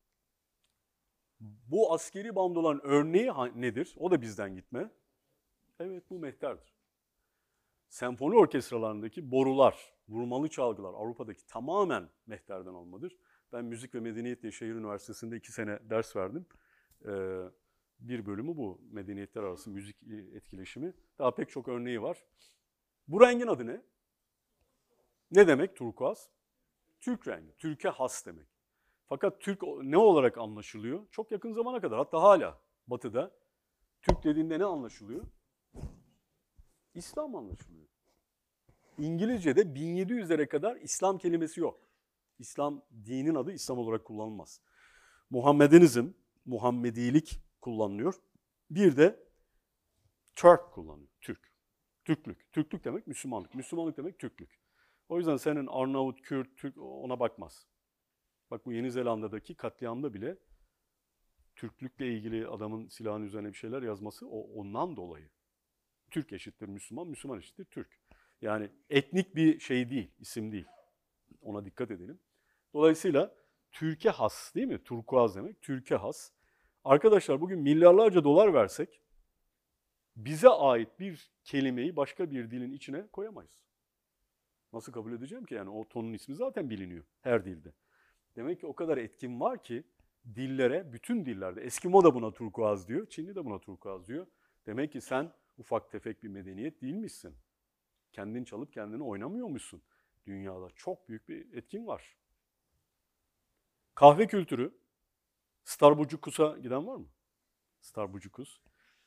Bu askeri bandoların örneği nedir? O da bizden gitme. Evet, bu mehterdir. Senfoni orkestralarındaki borular, vurmalı çalgılar Avrupa'daki tamamen mehterden almadır. Ben Müzik ve Medeniyet diye Şehir Üniversitesi'nde 2 sene ders verdim. Bir bölümü bu, medeniyetler arası müzik etkileşimi. Daha pek çok örneği var. Bu rengin adı ne? Ne demek turkuaz? Türk rengi, Türkiye has demek. Fakat Türk ne olarak anlaşılıyor? Çok yakın zamana kadar, hatta hala Batı'da Türk dediğinde ne anlaşılıyor? İslam anlaşılıyor. İngilizce'de 1700'lere kadar İslam kelimesi yok. İslam, dinin adı İslam olarak kullanılmaz. Muhammedanizm, Muhammedilik kullanılıyor. Bir de Türk kullanılıyor, Türk. Türklük. Türklük demek Müslümanlık. Müslümanlık demek Türklük. O yüzden senin Arnavut, Kürt, Türk ona bakmaz. Bak bu Yeni Zelanda'daki katliamda bile Türklükle ilgili adamın silahın üzerine bir şeyler yazması ondan dolayı. Türk eşittir Müslüman, Müslüman eşittir Türk. Yani etnik bir şey değil, isim değil. Ona dikkat edelim. Dolayısıyla Türkiye has değil mi? Turkuaz demek, Türkiye has. Arkadaşlar bugün milyarlarca dolar versek bize ait bir kelimeyi başka bir dilin içine koyamayız. Nasıl kabul edeceğim ki? Yani o tonun ismi zaten biliniyor her dilde. Demek ki o kadar etkin var ki dillere, bütün dillerde, Eskimo da buna turkuaz diyor, Çinli de buna turkuaz diyor. Demek ki sen ufak tefek bir medeniyet değilmişsin. Kendin çalıp kendini oynamıyormuşsun. Dünyada çok büyük bir etkin var. Kahve kültürü. Starbuckus'a giden var mı? Starbuckus.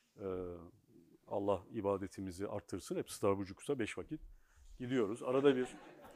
Allah ibadetimizi arttırsın. Hep Starbuckus'a 5 vakit gidiyoruz. Arada bir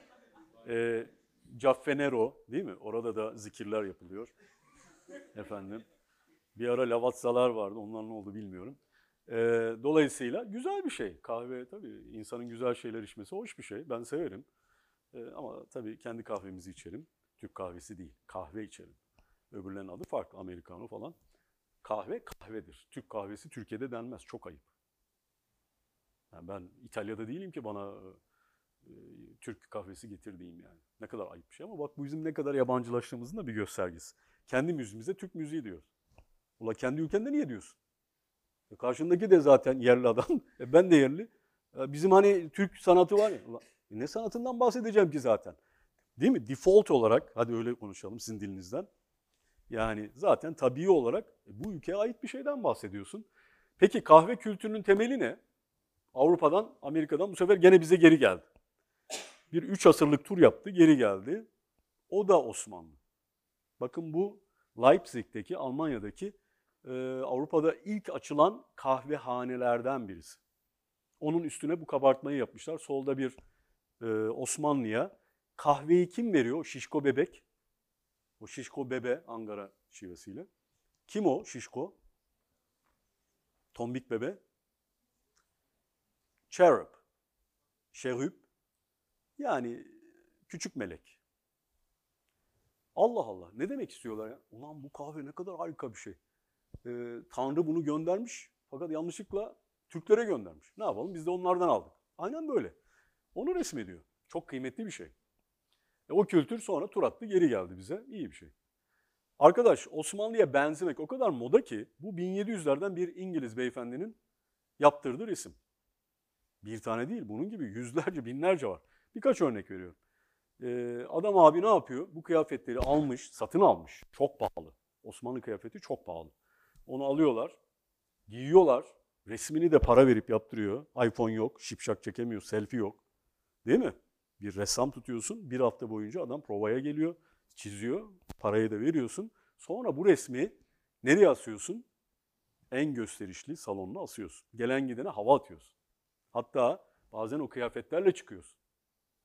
Caffenero değil mi? Orada da zikirler yapılıyor. Efendim. Bir ara Lavazzalar vardı. Onların ne oldu bilmiyorum. Dolayısıyla güzel bir şey. Kahve tabii insanın güzel şeyler içmesi hoş bir şey. Ben severim. Ama tabii kendi kahvemizi içerim. Türk kahvesi değil. Kahve içerim. Öbürlerinin adı farklı. Americano falan. Kahve kahvedir. Türk kahvesi Türkiye'de denmez. Çok ayıp. Yani ben İtalya'da değilim ki bana Türk kahvesi getir diyeyim yani. Ne kadar ayıp bir şey ama bak bu bizim ne kadar yabancılaştığımızın da bir göstergesi. Kendi müziğimize Türk müziği diyoruz. Ula kendi ülkende niye diyorsun? Karşındaki de zaten yerli adam. Ben de yerli. Bizim hani Türk sanatı var ya. Ula, ne sanatından bahsedeceğim ki zaten? Değil mi? Default olarak, hadi öyle konuşalım sizin dilinizden. Yani zaten tabii olarak bu ülkeye ait bir şeyden bahsediyorsun. Peki kahve kültürünün temeli ne? Avrupa'dan, Amerika'dan bu sefer gene bize geri geldi. Bir 3 asırlık tur yaptı, geri geldi. O da Osmanlı. Bakın bu Leipzig'teki, Almanya'daki Avrupa'da ilk açılan kahvehanelerden birisi. Onun üstüne bu kabartmayı yapmışlar. Solda bir Osmanlı'ya kahveyi kim veriyor? O şişko bebek. O şişko bebe Ankara şivesiyle. Kim o şişko? Tombik bebe. Cherub. Şerub. Yani küçük melek. Allah Allah. Ne demek istiyorlar ya? Ulan bu kahve ne kadar harika bir şey. Tanrı bunu göndermiş fakat yanlışlıkla Türklere göndermiş. Ne yapalım? Biz de onlardan aldık. Aynen böyle. Onu resmediyor. Çok kıymetli bir şey. O kültür sonra tur attı geri geldi bize. İyi bir şey. Arkadaş Osmanlı'ya benzemek o kadar moda ki bu 1700'lerden bir İngiliz beyefendinin yaptırdığı resim. Bir tane değil bunun gibi yüzlerce binlerce var. Birkaç örnek veriyorum. Adam abi ne yapıyor? Bu kıyafetleri almış, satın almış. Çok pahalı. Osmanlı kıyafeti çok pahalı. Onu alıyorlar, giyiyorlar. Resmini de para verip yaptırıyor. iPhone yok, şipşak çekemiyor, selfie yok. Değil mi? Bir ressam tutuyorsun, bir hafta boyunca adam provaya geliyor, çiziyor, parayı da veriyorsun. Sonra bu resmi nereye asıyorsun? En gösterişli salonuna asıyorsun. Gelen gidene hava atıyorsun. Hatta bazen o kıyafetlerle çıkıyorsun.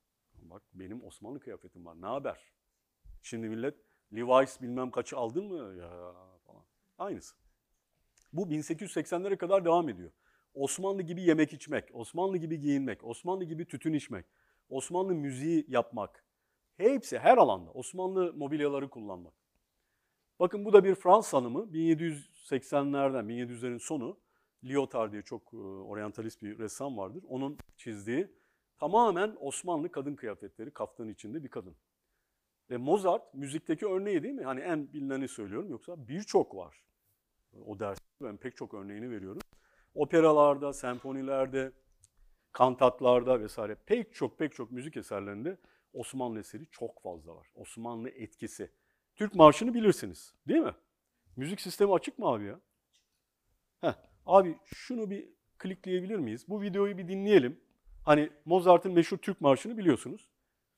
Bak benim Osmanlı kıyafetim var. Ne haber? Şimdi millet Levi's bilmem kaçı aldın mı ya falan. Aynısı. Bu 1880'lere kadar devam ediyor. Osmanlı gibi yemek içmek, Osmanlı gibi giyinmek, Osmanlı gibi tütün içmek, Osmanlı müziği yapmak. Hepsi her alanda Osmanlı mobilyaları kullanmak. Bakın bu da bir Fransız hanımı 1780'lerden 1700'lerin sonu Lyotard diye çok oryantalist bir ressam vardır. Onun çizdiği tamamen Osmanlı kadın kıyafetleri, kaftan içinde bir kadın. Ve Mozart müzikteki örneği değil mi? Hani en bilineni söylüyorum yoksa birçok var. O derste ben pek çok örneğini veriyorum. Operalarda, senfonilerde, kantatlarda vesaire pek çok müzik eserlerinde Osmanlı eseri çok fazla var. Osmanlı etkisi. Türk Marşı'nı bilirsiniz değil mi? Müzik sistemi açık mı abi ya? Heh, abi şunu bir klikleyebilir miyiz? Bu videoyu bir dinleyelim. Hani Mozart'ın meşhur Türk Marşı'nı biliyorsunuz.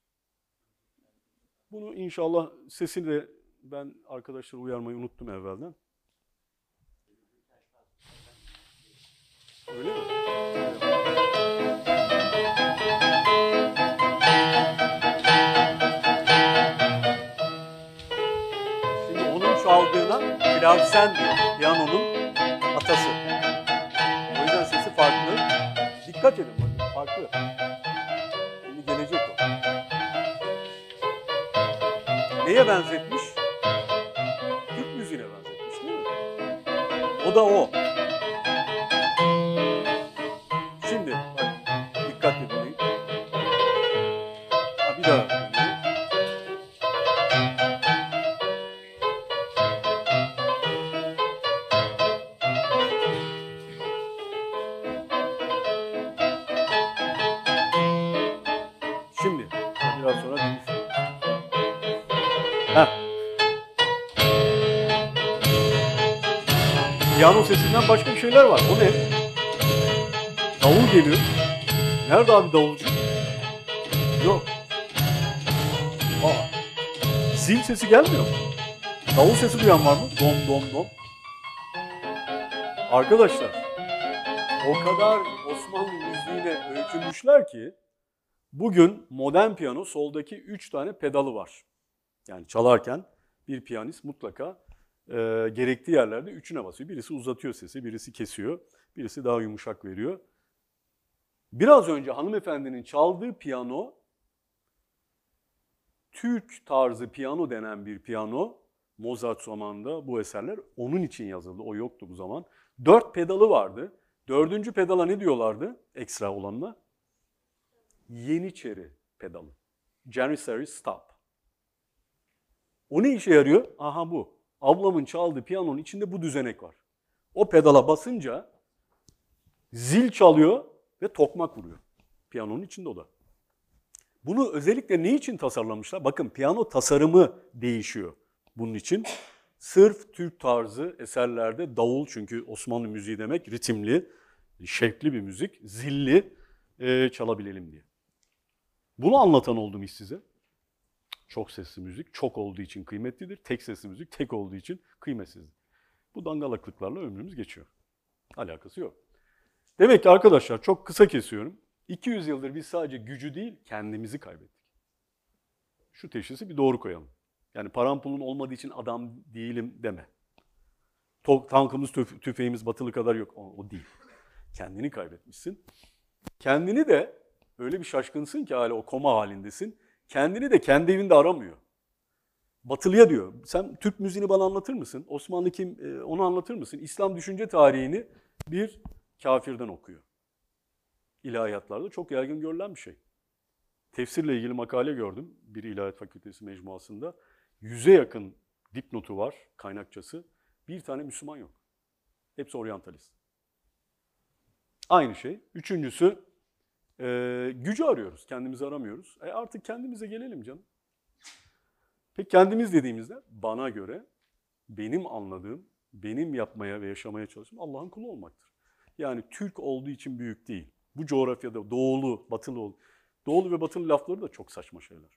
Bunu inşallah sesini de ben arkadaşları uyarmayı unuttum evvelden. Öyle mi? Şimdi onun çaldığına klavsen diyor. Piyanonun atası. O yüzden sesi farklı. Dikkat edin bakın farklı. Şimdi gelecek o. Neye benzetmiş? Türk müziğine benzetmiş değil mi? O da o. Şimdi bak dikkat edin. Ha, bir daha. Şimdi biraz sonra dinleyeceğiz. Piyano sesinden başka bir şeyler var. O ne? Davul geliyor. Nerede abi davulcu? Yok. Aa. Zil sesi gelmiyor mu? Davul sesi duyan var mı? Dom dom dom. Arkadaşlar, o kadar Osmanlı müziğine öykünmüşler ki bugün modern piyano soldaki 3 tane pedalı var. Yani çalarken bir piyanist mutlaka gerektiği yerlerde üçüne basıyor. Birisi uzatıyor sesi, birisi kesiyor, birisi daha yumuşak veriyor. Biraz önce hanımefendinin çaldığı piyano, Türk tarzı piyano denen bir piyano. Mozart zamanında bu eserler onun için yazıldı. O yoktu bu zaman. 4 pedalı vardı. 4. pedala ne diyorlardı ekstra olanla? Yeniçeri pedalı. Janissary stop. O ne işe yarıyor? Aha bu. Ablamın çaldığı piyanonun içinde bu düzenek var. O pedala basınca zil çalıyor ve tokmak vuruyor. Piyanonun içinde o da. Bunu özellikle ne için tasarlamışlar? Bakın piyano tasarımı değişiyor bunun için. Sırf Türk tarzı eserlerde davul, çünkü Osmanlı müziği demek ritimli, şevkli bir müzik, zilli çalabilelim diye. Bunu anlatan oldum hiç size. Çok sesli müzik çok olduğu için kıymetlidir. Tek sesli müzik tek olduğu için kıymetsizdir. Bu dangalaklıklarla ömrümüz geçiyor. Alakası yok. Demek ki arkadaşlar çok kısa kesiyorum. 200 yıldır biz sadece gücü değil kendimizi kaybettik. Şu teşhisi bir doğru koyalım. Yani param pulun olmadığı için adam değilim deme. Tankımız, tüfeğimiz batılı kadar yok. O değil. Kendini kaybetmişsin. Kendini de öyle bir şaşkınsın ki hala o koma halindesin. Kendini de kendi evinde aramıyor. Batılıya diyor. Sen Türk müziğini bana anlatır mısın? Osmanlı kim? Onu anlatır mısın? İslam düşünce tarihini bir kafirden okuyor. İlahiyatlarda çok yaygın görülen bir şey. Tefsirle ilgili makale gördüm bir ilahiyat fakültesi mecmuasında. 100'e yakın dipnotu var, kaynakçası. Bir tane Müslüman yok. Hepsi oryantalist. Aynı şey. Üçüncüsü, gücü arıyoruz, kendimizi aramıyoruz. Artık kendimize gelelim canım. Peki kendimiz dediğimizde bana göre benim anladığım, benim yapmaya ve yaşamaya çalıştığım Allah'ın kulu olmaktır. Yani Türk olduğu için büyük değil. Bu coğrafyada doğulu, batılı, doğulu ve batılı lafları da çok saçma şeyler.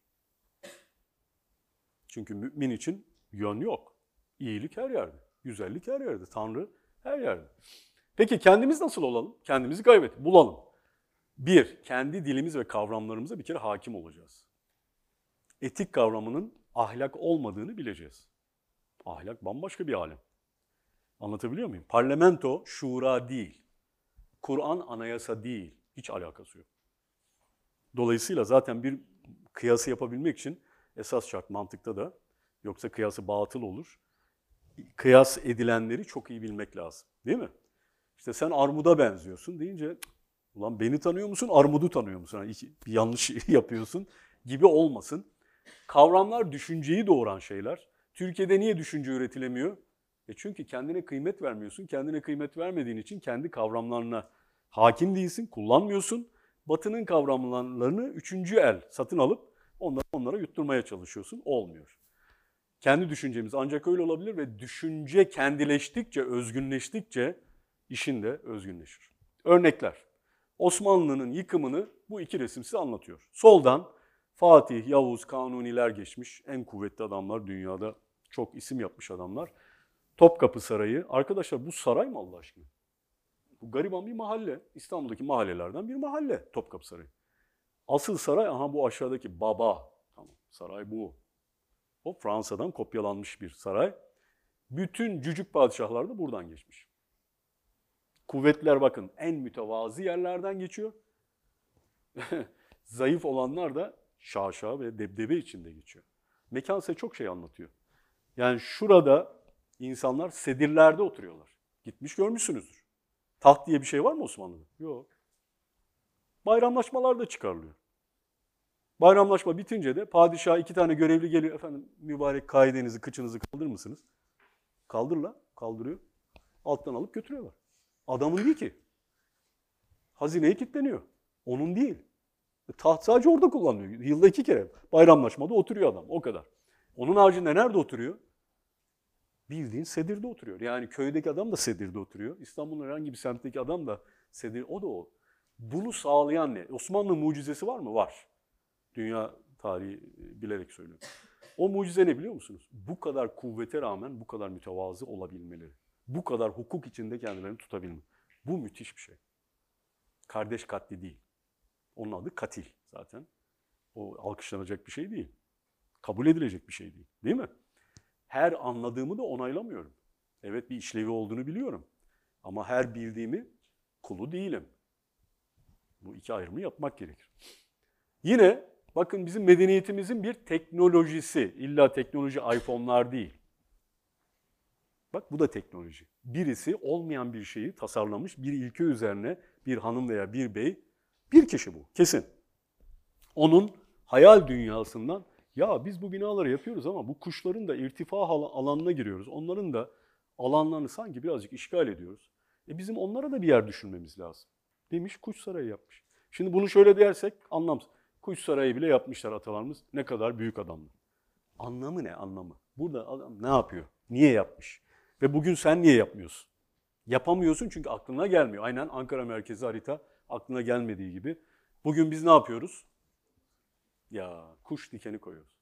Çünkü mümin için yön yok. İyilik her yerde, güzellik her yerde, Tanrı her yerde. Peki kendimiz nasıl olalım? Kendimizi bulalım. Bir, kendi dilimiz ve kavramlarımıza bir kere hakim olacağız. Etik kavramının ahlak olmadığını bileceğiz. Ahlak bambaşka bir alem. Anlatabiliyor muyum? Parlamento şura değil. Kur'an anayasa değil. Hiç alakası yok. Dolayısıyla zaten bir kıyası yapabilmek için esas şart mantıkta da, yoksa kıyası batıl olur. Kıyas edilenleri çok iyi bilmek lazım. Değil mi? İşte sen armuda benziyorsun deyince, ulan beni tanıyor musun, armudu tanıyor musun? Yani bir yanlış yapıyorsun gibi olmasın. Kavramlar düşünceyi doğuran şeyler. Türkiye'de niye düşünce üretilemiyor? Çünkü kendine kıymet vermiyorsun. Kendine kıymet vermediğin için kendi kavramlarına hakim değilsin, kullanmıyorsun. Batı'nın kavramlarını üçüncü el satın alıp onlara yutturmaya çalışıyorsun. Olmuyor. Kendi düşüncemiz ancak öyle olabilir ve düşünce kendileştikçe, özgünleştikçe işin de özgünleşir. Örnekler. Osmanlı'nın yıkımını bu iki resim size anlatıyor. Soldan Fatih, Yavuz, Kanuniler geçmiş. En kuvvetli adamlar, dünyada çok isim yapmış adamlar. Topkapı Sarayı. Arkadaşlar bu saray mı Allah aşkına? Bu gariban bir mahalle. İstanbul'daki mahallelerden bir mahalle Topkapı Sarayı. Asıl saray aha bu aşağıdaki Baba. Tamam, saray bu. O Fransa'dan kopyalanmış bir saray. Bütün cücük padişahlar da buradan geçmiş. Kuvvetliler bakın en mütevazı yerlerden geçiyor. Zayıf olanlar da şaşa ve debdebe içinde geçiyor. Mekan size çok şey anlatıyor. Yani şurada insanlar sedirlerde oturuyorlar. Gitmiş görmüşsünüzdür. Taht diye bir şey var mı Osmanlı'da? Yok. Bayramlaşmalar da çıkarılıyor. Bayramlaşma bitince de padişah iki tane görevli geliyor. Efendim mübarek kaidenizi, kıçınızı kaldırır mısınız? Kaldırla, kaldırıyor. Alttan alıp götürüyorlar. Adamın değil ki. Hazineye kilitleniyor. Onun değil. Taht sadece orada kullanılıyor. Yılda 2 kere. Bayramlaşmada oturuyor adam. O kadar. Onun haricinde nerede oturuyor? Bildiğin sedirde oturuyor. Yani köydeki adam da sedirde oturuyor. İstanbul'un herhangi bir semtteki adam da sedir. O da o. Bunu sağlayan ne? Osmanlı mucizesi var mı? Var. Dünya tarihi bilerek söylüyorum. O mucize ne biliyor musunuz? Bu kadar kuvvete rağmen bu kadar mütevazı olabilmeleri. Bu kadar hukuk içinde kendilerini tutabilme. Bu müthiş bir şey. Kardeş katli değil. Onun adı katil zaten. O alkışlanacak bir şey değil. Kabul edilecek bir şey değil. Değil mi? Her anladığımı da onaylamıyorum. Evet bir işlevi olduğunu biliyorum. Ama her bildiğimi kulu değilim. Bu iki ayrımı yapmak gerekir. Yine bakın bizim medeniyetimizin bir teknolojisi. İlla teknoloji iPhone'lar değil. Bak bu da teknoloji. Birisi olmayan bir şeyi tasarlamış, bir ilke üzerine bir hanım veya bir bey, bir kişi bu kesin. Onun hayal dünyasından ya biz bu binaları yapıyoruz ama bu kuşların da irtifa alanına giriyoruz. Onların da alanlarını sanki birazcık işgal ediyoruz. Bizim onlara da bir yer düşünmemiz lazım. Demiş kuş sarayı yapmış. Şimdi bunu şöyle dersek anlamsız. Kuş sarayı bile yapmışlar atalarımız. Ne kadar büyük adamlar. Anlamı ne anlamı? Burada adam ne yapıyor? Niye yapmış? Ve bugün sen niye yapmıyorsun? Yapamıyorsun çünkü aklına gelmiyor. Aynen Ankara merkezi harita aklına gelmediği gibi. Bugün biz ne yapıyoruz? Ya kuş dikeni koyuyoruz.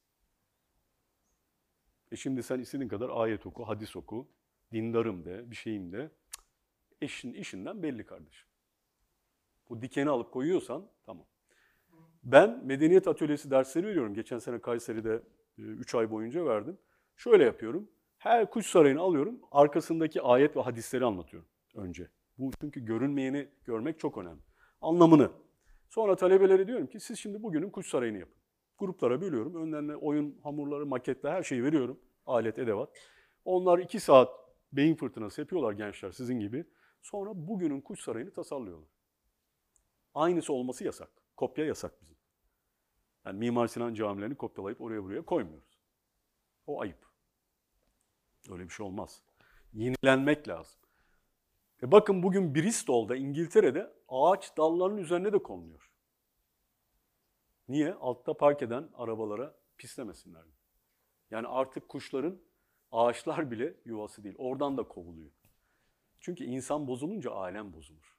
Şimdi sen istediğin kadar ayet oku, hadis oku, dindarım de, bir şeyim de. İşinden belli kardeşim. Bu dikeni alıp koyuyorsan tamam. Ben medeniyet atölyesi dersleri veriyorum. Geçen sene Kayseri'de 3 ay boyunca verdim. Şöyle yapıyorum. Her kuş sarayını alıyorum. Arkasındaki ayet ve hadisleri anlatıyorum önce. Bu çünkü görünmeyeni görmek çok önemli. Anlamını. Sonra talebelere diyorum ki siz şimdi bugünün kuş sarayını yapın. Gruplara bölüyorum. Önlerine oyun hamurları, maketler her şeyi veriyorum. Alet, edevat. Onlar 2 saat beyin fırtınası yapıyorlar gençler sizin gibi. Sonra bugünün kuş sarayını tasarlıyorlar. Aynısı olması yasak. Kopya yasak bizim. Yani Mimar Sinan camilerini kopyalayıp oraya buraya koymuyoruz. O ayıp. Öyle bir şey olmaz. Yenilenmek lazım. Bakın bugün Bristol'da, İngiltere'de ağaç dallarının üzerine de konuluyor. Niye? Altta park eden arabalara pislemesinler. Yani artık kuşların ağaçlar bile yuvası değil. Oradan da kovuluyor. Çünkü insan bozulunca alem bozulur.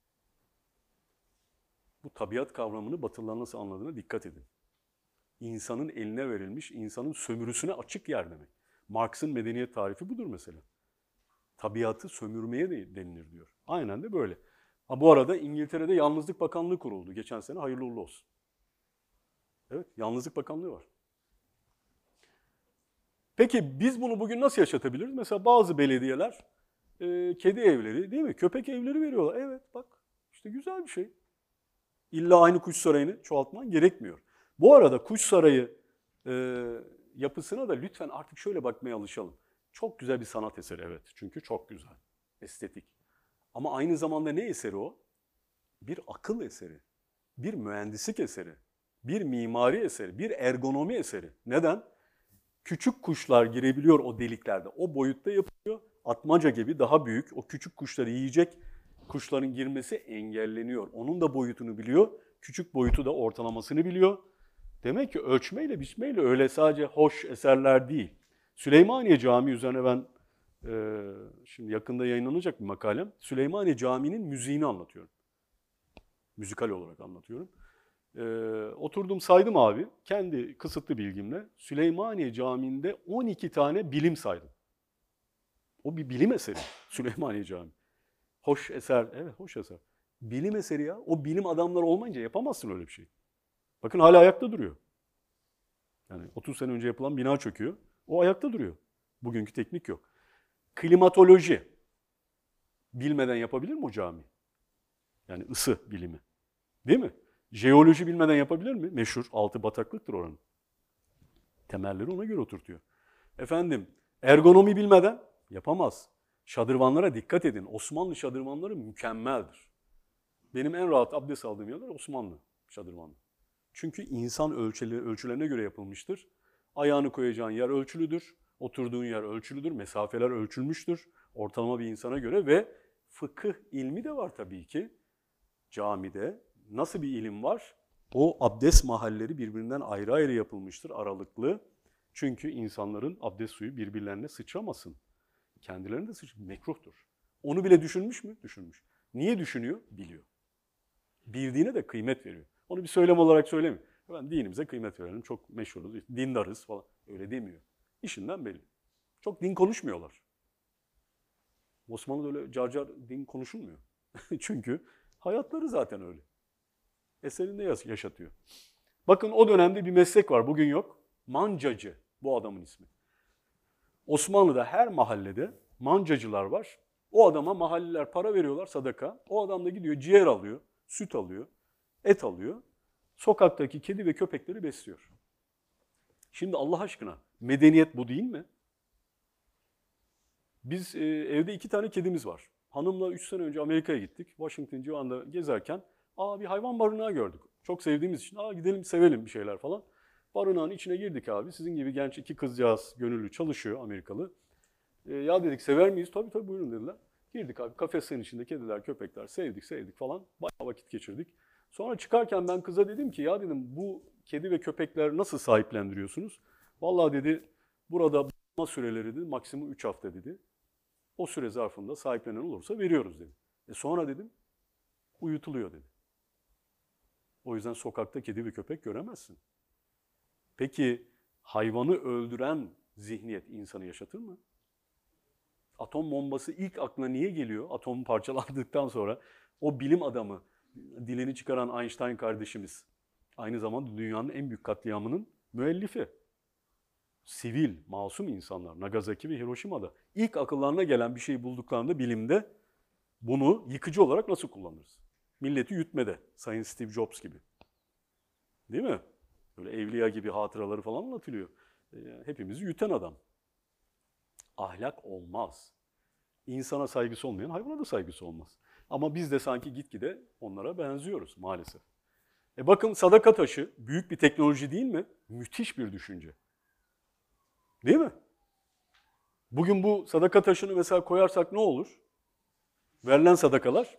Bu tabiat kavramını Batılılar nasıl anladığına dikkat edin. İnsanın eline verilmiş, insanın sömürüsüne açık yer demek. Marx'ın medeniyet tarifi budur mesela. Tabiatı sömürmeye de denilir diyor. Aynen de böyle. Ha, bu arada İngiltere'de Yalnızlık Bakanlığı kuruldu geçen sene. Hayırlı uğurlu olsun. Evet, Yalnızlık Bakanlığı var. Peki biz bunu bugün nasıl yaşatabiliriz? Mesela bazı belediyeler kedi evleri değil mi? Köpek evleri veriyorlar. Evet bak işte güzel bir şey. İlla aynı kuş sarayını çoğaltman gerekmiyor. Bu arada kuş sarayı yapısına da lütfen artık şöyle bakmaya alışalım. Çok güzel bir sanat eseri evet. Çünkü çok güzel. Estetik. Ama aynı zamanda ne eseri o? Bir akıl eseri. Bir mühendislik eseri. Bir mimari eseri. Bir ergonomi eseri. Neden? Küçük kuşlar girebiliyor o deliklerde. O boyutta yapılıyor. Atmaca gibi daha büyük o küçük kuşları yiyecek kuşların girmesi engelleniyor. Onun da boyutunu biliyor. Küçük boyutu da ortalamasını biliyor. Demek ki ölçmeyle biçmeyle öyle sadece hoş eserler değil. Süleymaniye Camii üzerine ben şimdi yakında yayınlanacak bir makalem. Süleymaniye Camii'nin müziğini anlatıyorum. Müzikal olarak anlatıyorum. Oturdum saydım abi. Kendi kısıtlı bilgimle Süleymaniye Camii'nde 12 tane bilim saydım. O bir bilim eseri Süleymaniye Camii. Hoş eser, evet hoş eser. Bilim eseri ya. O bilim adamları olmayınca yapamazsın öyle bir şey. Bakın hala ayakta duruyor. Yani 30 sene önce yapılan bina çöküyor. O ayakta duruyor. Bugünkü teknik yok. Klimatoloji. Bilmeden yapabilir mi o cami? Yani ısı bilimi. Değil mi? Jeoloji bilmeden yapabilir mi? Meşhur altı bataklıktır oranın. Temelleri ona göre oturtuyor. Efendim ergonomi bilmeden yapamaz. Şadırvanlara dikkat edin. Osmanlı şadırvanları mükemmeldir. Benim en rahat abdest aldığım yerler Osmanlı şadırvanı. Çünkü insan ölçülerine göre yapılmıştır. Ayağını koyacağın yer ölçülüdür. Oturduğun yer ölçülüdür. Mesafeler ölçülmüştür. Ortalama bir insana göre ve fıkıh ilmi de var tabii ki. Camide nasıl bir ilim var? O abdest mahalleri birbirinden ayrı ayrı yapılmıştır, aralıklı. Çünkü insanların abdest suyu birbirlerine sıçramasın. Kendilerine de mekruhtur. Onu bile düşünmüş mü? Düşünmüş. Niye düşünüyor? Biliyor. Bildiğine de kıymet veriyor. Onu bir söylem olarak söylemiyor. Ben dinimize kıymet verelim, çok meşhuruz, dindarız falan. Öyle demiyor. İşinden belli. Çok din konuşmuyorlar. Osmanlı'da öyle car car din konuşulmuyor. Çünkü hayatları zaten öyle. Eserinde yaşatıyor. Bakın o dönemde bir meslek var, bugün yok. Mancacı bu adamın ismi. Osmanlı'da her mahallede mancacılar var. O adama mahalleler para veriyorlar sadaka. O adam da gidiyor ciğer alıyor, süt alıyor, et alıyor. Sokaktaki kedi ve köpekleri besliyor. Şimdi Allah aşkına medeniyet bu değil mi? Biz evde 2 tane kedimiz var. Hanımla 3 sene önce Amerika'ya gittik. Washington civarında gezerken bir hayvan barınağı gördük. Çok sevdiğimiz için gidelim sevelim bir şeyler falan. Barınağın içine girdik abi. Sizin gibi genç 2 kızcağız gönüllü çalışıyor Amerikalı. Ya dedik sever miyiz? Tabii tabii buyurun dediler. Girdik abi kafeslerin içinde kediler, köpekler sevdik falan. Bayağı vakit geçirdik. Sonra çıkarken ben kıza dedim ki ya dedim bu kedi ve köpekler nasıl sahiplendiriyorsunuz? Vallahi dedi burada bakma süreleri dedi maksimum 3 hafta dedi. O süre zarfında sahiplenen olursa veriyoruz dedi. Sonra dedim uyutuluyor dedi. O yüzden sokakta kedi ve köpek göremezsin. Peki hayvanı öldüren zihniyet insanı yaşatır mı? Atom bombası ilk aklına niye geliyor? Atom parçalandıktan sonra o bilim adamı, dilini çıkaran Einstein kardeşimiz, aynı zamanda dünyanın en büyük katliamının müellifi. Sivil, masum insanlar Nagasaki ve Hiroşima'da ilk akıllarına gelen bir şey bulduklarında bilimde bunu yıkıcı olarak nasıl kullanırız? Milleti yütmede, Sayın Steve Jobs gibi. Değil mi? Böyle evliya gibi hatıraları falan anlatılıyor. Hepimizi yüten adam. Ahlak olmaz. İnsana saygısı olmayan hayvana da saygısı olmaz. Ama biz de sanki gitgide onlara benziyoruz maalesef. Bakın sadaka taşı büyük bir teknoloji değil mi? Müthiş bir düşünce. Değil mi? Bugün bu sadaka taşını mesela koyarsak ne olur? Verilen sadakalar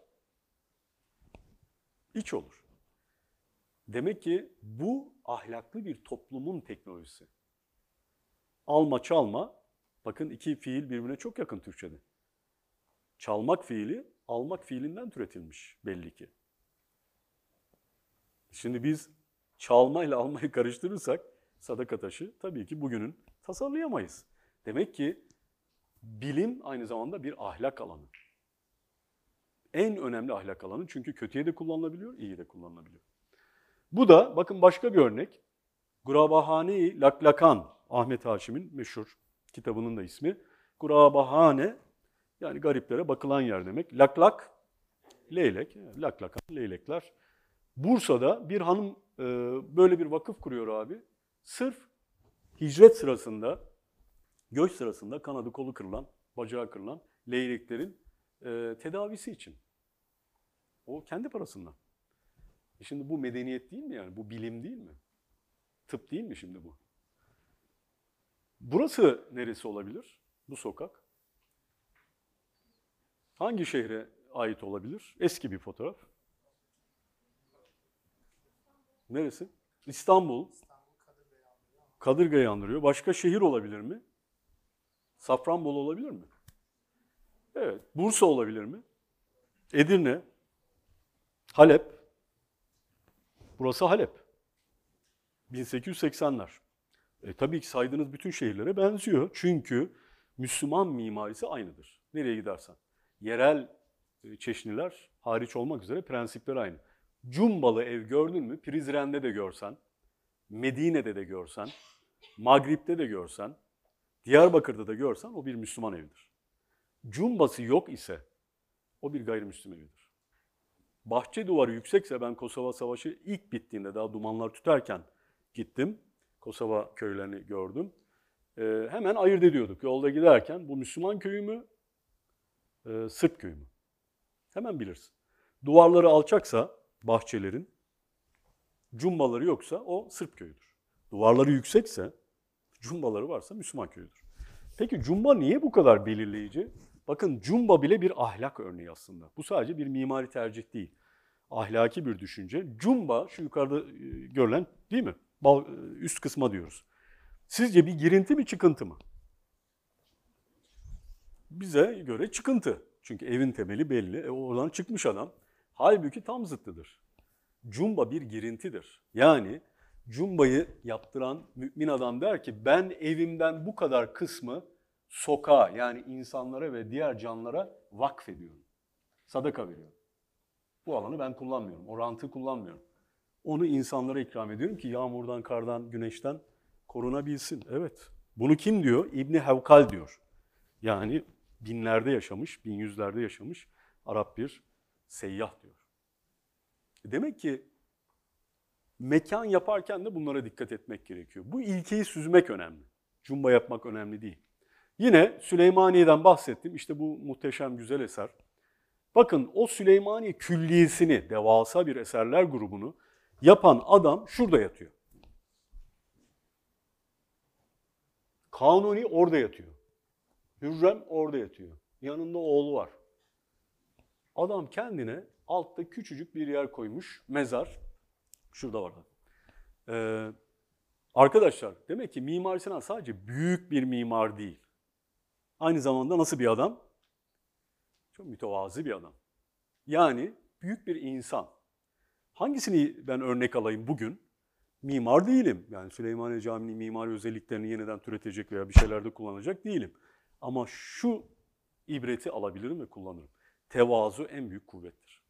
iç olur. Demek ki bu ahlaklı bir toplumun teknolojisi. Alma çalma, bakın iki fiil birbirine çok yakın Türkçe'de. Çalmak fiili, almak fiilinden türetilmiş belli ki. Şimdi biz çalma ile almayı karıştırırsak sadaka taşı tabii ki bugünün tasarlayamayız. Demek ki bilim aynı zamanda bir ahlak alanı. En önemli ahlak alanı, çünkü kötüye de kullanılabiliyor, iyiye de kullanılabiliyor. Bu da bakın başka bir örnek. Gurabahane-i Laklakan, Ahmet Haşim'in meşhur kitabının da ismi. Gurabahane, yani gariplere bakılan yer demek. Laklak, leylek, laklakan, leylekler. Bursa'da bir hanım böyle bir vakıf kuruyor abi. Sırf hicret sırasında, göç sırasında kanadı kolu kırılan, bacağı kırılan leyleklerin tedavisi için. O kendi parasından. Şimdi bu medeniyet değil mi yani? Bu bilim değil mi? Tıp değil mi şimdi bu? Burası neresi olabilir? Bu sokak. Hangi şehre ait olabilir? Eski bir fotoğraf. Neresi? İstanbul. Kadırga'yı andırıyor. Başka şehir olabilir mi? Safranbolu olabilir mi? Evet. Bursa olabilir mi? Edirne. Halep. Burası Halep. 1880'ler. Tabii ki saydığınız bütün şehirlere benziyor. Çünkü Müslüman mimarisi aynıdır. Nereye gidersen. Yerel çeşniler hariç olmak üzere prensipler aynı. Cumbalı ev gördün mü? Prizren'de de görsen, Medine'de de görsen, Magrib'de de görsen, Diyarbakır'da da görsen o bir Müslüman evidir. Cumbası yok ise o bir gayrimüslim evidir. Bahçe duvarı yüksekse, ben Kosova Savaşı ilk bittiğinde daha dumanlar tüterken gittim. Kosova köylerini gördüm. Hemen ayırt ediyorduk yolda giderken, bu Müslüman köyü mü, Sırp köyü mü? Hemen bilirsin. Duvarları alçaksa bahçelerin, cumbaları yoksa o Sırp köyüdür. Duvarları yüksekse, cumbaları varsa Müslüman köyüdür. Peki cumba niye bu kadar belirleyici? Bakın cumba bile bir ahlak örneği aslında. Bu sadece bir mimari tercih değil. Ahlaki bir düşünce. Cumba şu yukarıda görülen değil mi? Üst kısma diyoruz. Sizce bir girinti mi çıkıntı mı? Bize göre çıkıntı. Çünkü evin temeli belli. Oradan çıkmış adam. Halbuki tam zıttıdır. Cumba bir girintidir. Yani cumbayı yaptıran mümin adam der ki ben evimden bu kadar kısmı sokağa, yani insanlara ve diğer canlılara vakfediyorum. Sadaka veriyorum. Bu alanı ben kullanmıyorum. O rantı kullanmıyorum. Onu insanlara ikram ediyorum ki yağmurdan, kardan, güneşten korunabilsin. Evet. Bunu kim diyor? İbni Hevkal diyor. Yani binlerde yaşamış, 1100'lerde yaşamış Arap bir seyyah diyor. Demek ki mekan yaparken de bunlara dikkat etmek gerekiyor. Bu ilkeyi süzmek önemli. Cumba yapmak önemli değil. Yine Süleymaniye'den bahsettim. İşte bu muhteşem güzel eser. Bakın o Süleymaniye külliyesini, devasa bir eserler grubunu yapan adam şurada yatıyor. Kanuni orada yatıyor. Hürrem orada yatıyor. Yanında oğlu var. Adam kendine altta küçücük bir yer koymuş, mezar. Şurada var. Arkadaşlar demek ki Mimar Sinan sadece büyük bir mimar değil. Aynı zamanda nasıl bir adam? Çok mütevazı bir adam. Yani büyük bir insan. Hangisini ben örnek alayım bugün? Mimar değilim. Yani Süleymaniye Camii'nin mimari özelliklerini yeniden türetecek veya bir şeylerde kullanacak değilim. Ama şu ibreti alabilirim ve kullanırım. Tevazu en büyük kuvvettir.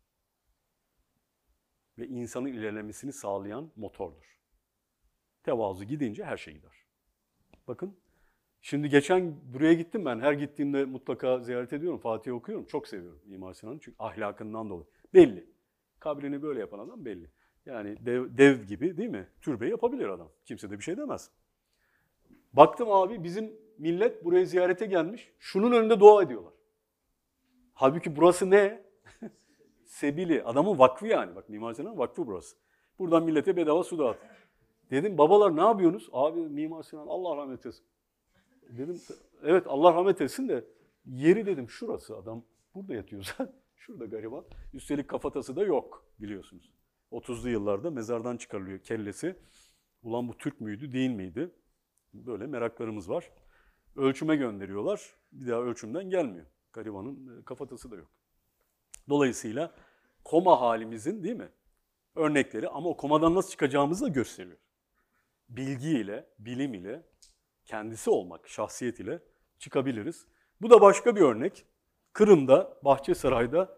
Ve insanın ilerlemesini sağlayan motordur. Tevazu gidince her şey gider. Bakın, şimdi geçen buraya gittim ben. Her gittiğimde mutlaka ziyaret ediyorum. Fatih'i okuyorum. Çok seviyorum Mimar Sinan'ı çünkü ahlakından dolayı. Belli. Kabrini böyle yapan adam belli. Yani dev gibi değil mi? Türbe yapabilir adam. Kimse de bir şey demez. Baktım abi bizim millet buraya ziyarete gelmiş. Şunun önünde dua ediyorlar. Halbuki burası ne? Sebili. Adamın vakfı yani. Bak Mimar Sinan'ın vakfı burası. Buradan millete bedava su dağıt. Dedim babalar ne yapıyorsunuz? Abi Mimar Sinan Allah rahmet eylesin. Dedim evet Allah rahmet etsin de yeri dedim şurası, adam burada yatıyorsa şurada gariban. Üstelik kafatası da yok biliyorsunuz. 30'lu yıllarda mezardan çıkarılıyor kellesi. Ulan bu Türk müydü değil miydi? Böyle meraklarımız var. Ölçüme gönderiyorlar. Bir daha ölçümden gelmiyor. Garibanın kafatası da yok. Dolayısıyla koma halimizin değil mi? Örnekleri, ama o komadan nasıl çıkacağımızı da gösteriyor. Bilgiyle, bilim ile, kendisi olmak, şahsiyet ile çıkabiliriz. Bu da başka bir örnek. Kırım'da, Bahçesaray'da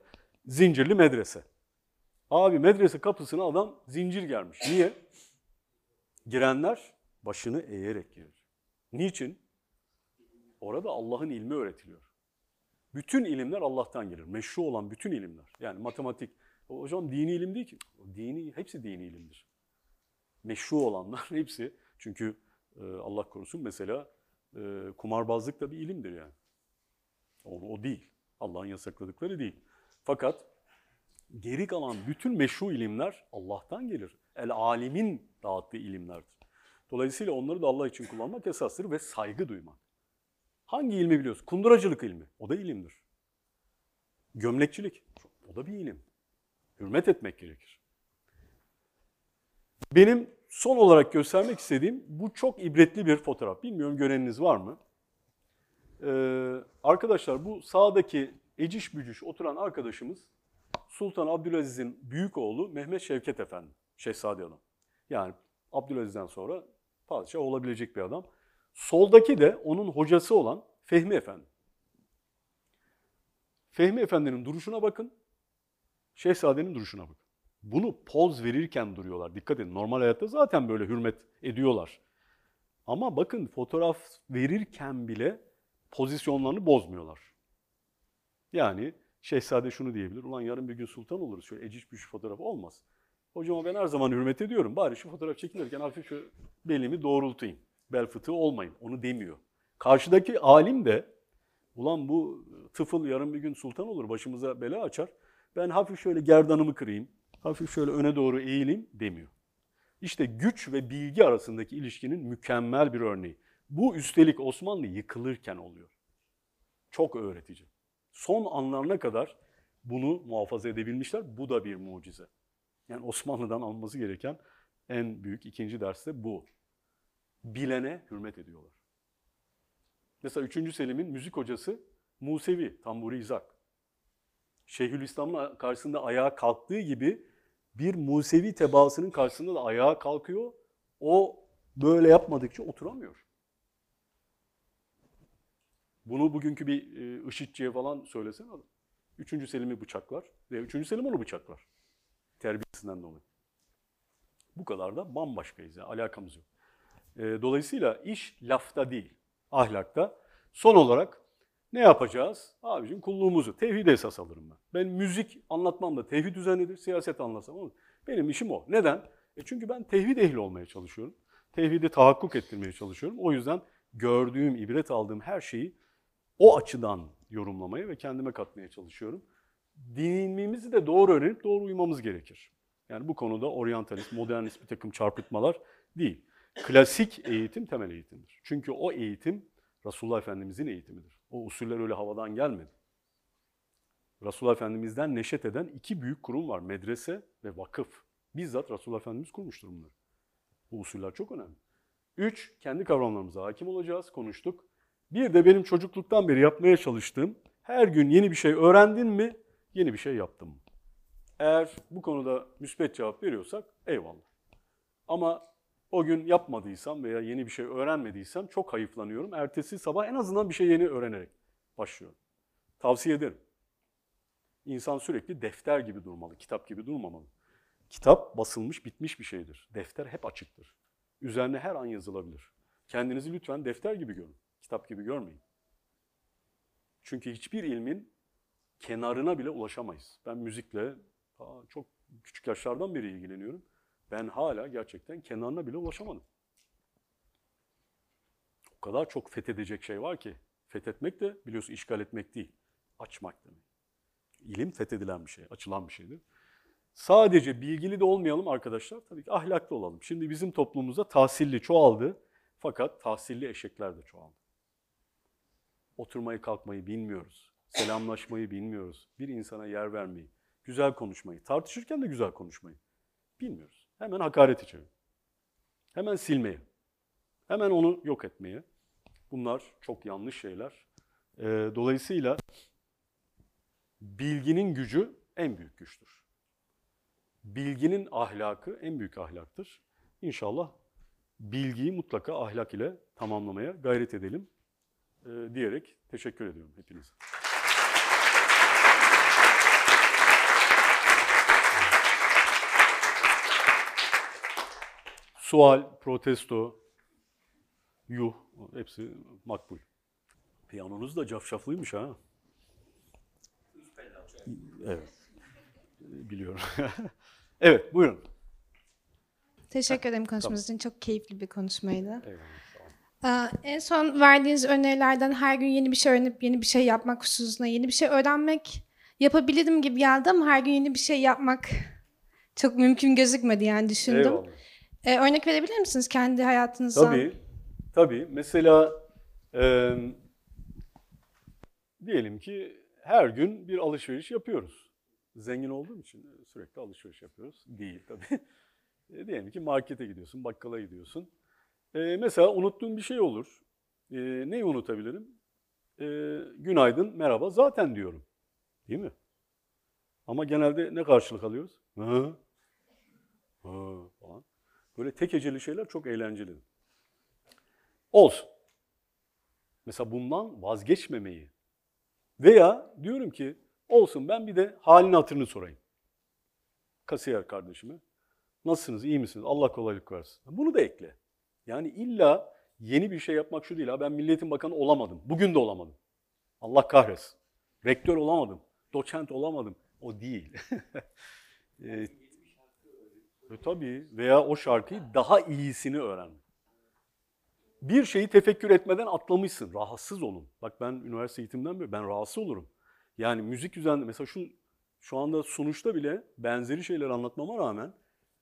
Zincirli medrese. Abi medrese kapısına adam zincir germiş. Niye? Girenler başını eğerek girer. Niçin? Orada Allah'ın ilmi öğretiliyor. Bütün ilimler Allah'tan gelir. Meşru olan bütün ilimler. Yani matematik. Hocam dini ilim değil ki. Hepsi dini ilimdir. Meşru olanlar hepsi. Çünkü Allah korusun mesela kumarbazlık da bir ilimdir yani. O değil. Allah'ın yasakladıkları değil. Fakat geri kalan bütün meşru ilimler Allah'tan gelir. El-alimin dağıttığı ilimlerdir. Dolayısıyla onları da Allah için kullanmak esastır ve saygı duymak. Hangi ilmi biliyorsun? Kunduracılık ilmi. O da ilimdir. Gömlekçilik. O da bir ilim. Hürmet etmek gerekir. Benim son olarak göstermek istediğim bu çok ibretli bir fotoğraf. Bilmiyorum göreniniz var mı? Arkadaşlar bu sağdaki eciş bücüş oturan arkadaşımız Sultan Abdülaziz'in büyük oğlu Mehmet Şevket Efendi. Şehzade adam. Yani Abdülaziz'den sonra padişah olabilecek bir adam. Soldaki de onun hocası olan Fehmi Efendi. Fehmi Efendi'nin duruşuna bakın. Şehzadenin duruşuna bakın. Bunu poz verirken duruyorlar. Dikkat edin. Normal hayatta zaten böyle hürmet ediyorlar. Ama bakın fotoğraf verirken bile pozisyonlarını bozmuyorlar. Yani şehzade şunu diyebilir. Ulan yarın bir gün sultan oluruz. Şöyle eciş bücüş fotoğraf olmaz. Hocama ben her zaman hürmet ediyorum. Bari şu fotoğraf çekilirken hafif şu belimi doğrultayım. Bel fıtığı olmayın. Onu demiyor. Karşıdaki alim de ulan bu tıfıl yarın bir gün sultan olur. Başımıza bela açar. Ben hafif şöyle gerdanımı kırayım. Hafif şöyle öne doğru eğileyim demiyor. İşte güç ve bilgi arasındaki ilişkinin mükemmel bir örneği. Bu üstelik Osmanlı yıkılırken oluyor. Çok öğretici. Son anlarına kadar bunu muhafaza edebilmişler. Bu da bir mucize. Yani Osmanlı'dan alınması gereken en büyük ikinci ders de bu. Bilene hürmet ediyorlar. Mesela 3. Selim'in müzik hocası Musevi, Tamburi İzak. Şeyhülislam'ın karşısında ayağa kalktığı gibi bir Musevi tebaasının karşısında da ayağa kalkıyor. O böyle yapmadıkça oturamıyor. Bunu bugünkü bir IŞİD'ciye falan söylesene adam. 3. Selim'i bıçaklar ve 3. Selim onu bıçaklar. Terbiyesinden dolayı. Bu kadar da bambaşkayız yani alakamız yok. Dolayısıyla iş lafta değil, ahlakta. Son olarak ne yapacağız? Abicim kulluğumuzu, tevhid esas alırım ben. Ben müzik anlatmam da tevhid üzerinedir, siyaset anlatsam olur. Benim işim o. Neden? Çünkü ben tevhid ehli olmaya çalışıyorum. Tevhidi tahakkuk ettirmeye çalışıyorum. O yüzden gördüğüm, ibret aldığım her şeyi o açıdan yorumlamaya ve kendime katmaya çalışıyorum. Dinimizi de doğru öğrenip doğru uymamız gerekir. Yani bu konuda oryantalist, modernist bir takım çarpıtmalar değil. Klasik eğitim temel eğitimdir. Çünkü o eğitim Resulullah Efendimizin eğitimidir. O usuller öyle havadan gelmedi. Resulullah Efendimiz'den neşet eden iki büyük kurum var. Medrese ve vakıf. Bizzat Resulullah Efendimiz kurmuştur bunları. Bu usuller çok önemli. 3, kendi kavramlarımıza hakim olacağız, konuştuk. Bir de benim çocukluktan beri yapmaya çalıştığım, her gün yeni bir şey öğrendin mi, yeni bir şey yaptın mı? Eğer bu konuda müspet cevap veriyorsak eyvallah. Ama o gün yapmadıysam veya yeni bir şey öğrenmediysem çok hayıflanıyorum. Ertesi sabah en azından bir şey yeni öğrenerek başlıyorum. Tavsiye ederim. İnsan sürekli defter gibi durmalı, kitap gibi durmamalı. Kitap basılmış, bitmiş bir şeydir. Defter hep açıktır. Üzerine her an yazılabilir. Kendinizi lütfen defter gibi görün, kitap gibi görmeyin. Çünkü hiçbir ilmin kenarına bile ulaşamayız. Ben müzikle çok küçük yaşlardan beri ilgileniyorum. Ben hala gerçekten kenarına bile ulaşamadım. O kadar çok fethedecek şey var ki. Fethetmek de biliyorsun işgal etmek değil, açmak demek. İlim fethedilen bir şey, açılan bir şeydir. Sadece bilgili de olmayalım arkadaşlar, tabii ki ahlaklı olalım. Şimdi bizim toplumumuzda tahsilli çoğaldı fakat tahsilli eşekler de çoğaldı. Oturmayı kalkmayı bilmiyoruz, selamlaşmayı bilmiyoruz, bir insana yer vermeyi, güzel konuşmayı, tartışırken de güzel konuşmayı bilmiyoruz. Hemen hakaret içelim, hemen silmeye, hemen onu yok etmeye. Bunlar çok yanlış şeyler. Dolayısıyla bilginin gücü en büyük güçtür. Bilginin ahlakı en büyük ahlaktır. İnşallah bilgiyi mutlaka ahlak ile tamamlamaya gayret edelim diyerek teşekkür ediyorum hepinize. Sual, protesto, yuh, hepsi makbul. Piyanonuz da cafcaflıymış ha. Evet, biliyorum. Evet, buyurun. Teşekkür ederim Tamam. konuşmanız için. Çok keyifli bir konuşmaydı. Eyvallah, sağ olun. En son verdiğiniz önerilerden her gün yeni bir şey öğrenip yeni bir şey yapmak hususuna yeni bir şey öğrenmek yapabilirim gibi geldi ama her gün yeni bir şey yapmak çok mümkün gözükmedi yani düşündüm. Eyvallah. Örnek verebilir misiniz kendi hayatınızdan? Tabii. Mesela diyelim ki her gün bir alışveriş yapıyoruz. Zengin olduğum için sürekli alışveriş yapıyoruz. Değil tabii. Diyelim ki markete gidiyorsun, bakkala gidiyorsun. Mesela unuttuğum bir şey olur. Neyi unutabilirim? Günaydın, merhaba, zaten diyorum. Değil mi? Ama genelde ne karşılık alıyoruz? Hı, hı falan. Böyle tek heceli şeyler çok eğlenceli. Olsun. Mesela bundan vazgeçmemeyi veya diyorum ki olsun ben bir de halini hatırını sorayım. Kasiyer kardeşime. Nasılsınız, iyi misiniz? Allah kolaylık versin. Bunu da ekle. Yani illa yeni bir şey yapmak şu değil. Ha, ben Milli Eğitim Bakanı olamadım. Bugün de olamadım. Allah kahretsin. Rektör olamadım. Doçent olamadım. O değil. e, tabii veya o şarkıyı daha iyisini öğrenmek. Bir şeyi tefekkür etmeden atlamışsın. Rahatsız olun. Bak ben üniversite eğitimden beri ben rahatsız olurum. Yani müzik üzerinde mesela şu anda sunuşta bile benzeri şeyler anlatmama rağmen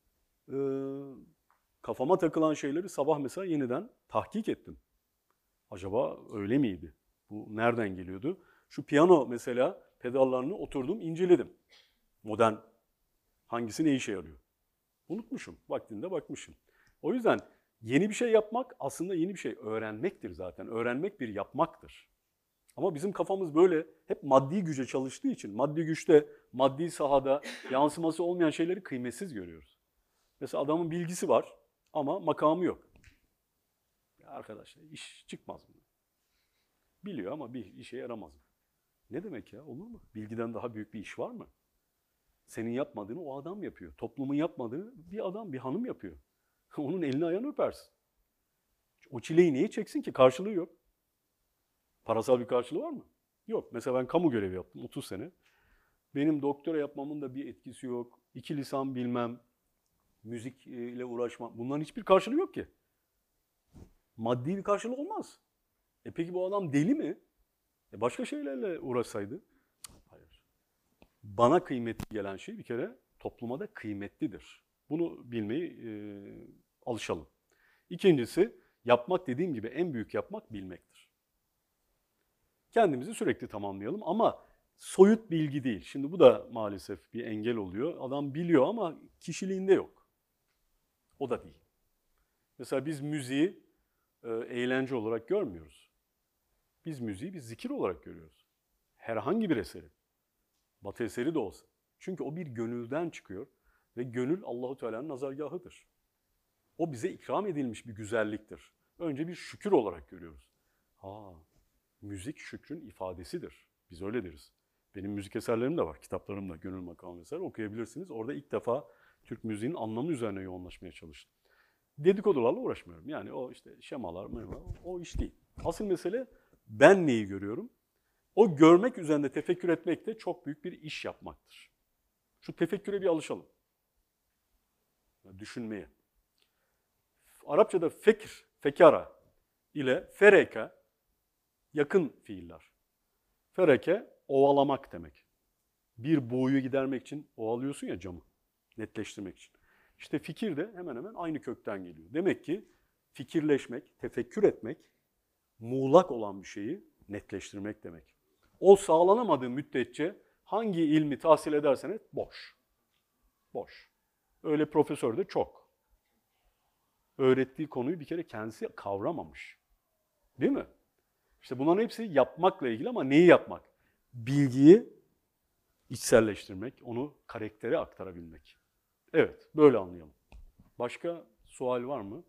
kafama takılan şeyleri sabah mesela yeniden tahkik ettim. Acaba öyle miydi? Bu nereden geliyordu? Şu piyano mesela pedallarını oturdum, inceledim. Modern hangisi ne işe yarıyor? Unutmuşum. Vaktinde bakmışım. O yüzden yeni bir şey yapmak aslında yeni bir şey öğrenmektir zaten. Öğrenmek bir yapmaktır. Ama bizim kafamız böyle hep maddi güce çalıştığı için maddi güçte, maddi sahada yansıması olmayan şeyleri kıymetsiz görüyoruz. Mesela adamın bilgisi var ama makamı yok. Ya arkadaşlar iş çıkmaz mı? Biliyor ama bir işe yaramaz mı? Ne demek ya? Olur mu? Bilgiden daha büyük bir iş var mı? Senin yapmadığını o adam yapıyor. Toplumun yapmadığını bir adam, bir hanım yapıyor. Onun elini ayağını öpersin. O çileyi niye çeksin ki? Karşılığı yok. Parasal bir karşılığı var mı? Yok. Mesela ben kamu görevi yaptım 30 sene. Benim doktora yapmamın da bir etkisi yok. 2 lisan bilmem, müzik ile uğraşmam. Bunların hiçbir karşılığı yok ki. Maddi bir karşılığı olmaz. Peki bu adam deli mi? Başka şeylerle uğraşsaydı? Hayır. Bana kıymetli gelen şey bir kere topluma da kıymetlidir. Bunu bilmeyi alışalım. İkincisi yapmak dediğim gibi en büyük yapmak bilmektir. Kendimizi sürekli tamamlayalım ama soyut bilgi değil. Şimdi bu da maalesef bir engel oluyor. Adam biliyor ama kişiliğinde yok. O da değil. Mesela biz müziği eğlence olarak görmüyoruz. Biz müziği bir zikir olarak görüyoruz. Herhangi bir eseri. Batı eseri de olsa. Çünkü o bir gönülden çıkıyor ve gönül Allahu Teala'nın nazargahıdır. O bize ikram edilmiş bir güzelliktir. Önce bir şükür olarak görüyoruz. Müzik şükrün ifadesidir. Biz öyle deriz. Benim müzik eserlerim de var. Kitaplarım da Gönül Makamı vesaire okuyabilirsiniz. Orada ilk defa Türk müziğinin anlamı üzerine yoğunlaşmaya çalıştım. Dedikodularla uğraşmıyorum. Yani o işte şemalar, o iş değil. Asıl mesele ben neyi görüyorum? O görmek üzerinde tefekkür etmek de çok büyük bir iş yapmaktır. Şu tefekküre bir alışalım. Düşünmeye. Arapçada fekr, fekara ile fereke yakın fiiller. Fereke ovalamak demek. Bir buğuyu gidermek için ovalıyorsun ya camı, netleştirmek için. İşte fikir de hemen hemen aynı kökten geliyor. Demek ki fikirleşmek, tefekkür etmek, muğlak olan bir şeyi netleştirmek demek. O sağlanamadığı müddetçe hangi ilmi tahsil ederseniz boş. Boş. Öyle profesör de çok. Öğrettiği konuyu bir kere kendisi kavramamış. Değil mi? İşte bunların hepsi yapmakla ilgili ama neyi yapmak? Bilgiyi içselleştirmek, onu karaktere aktarabilmek. Evet, böyle anlayalım. Başka sual var mı?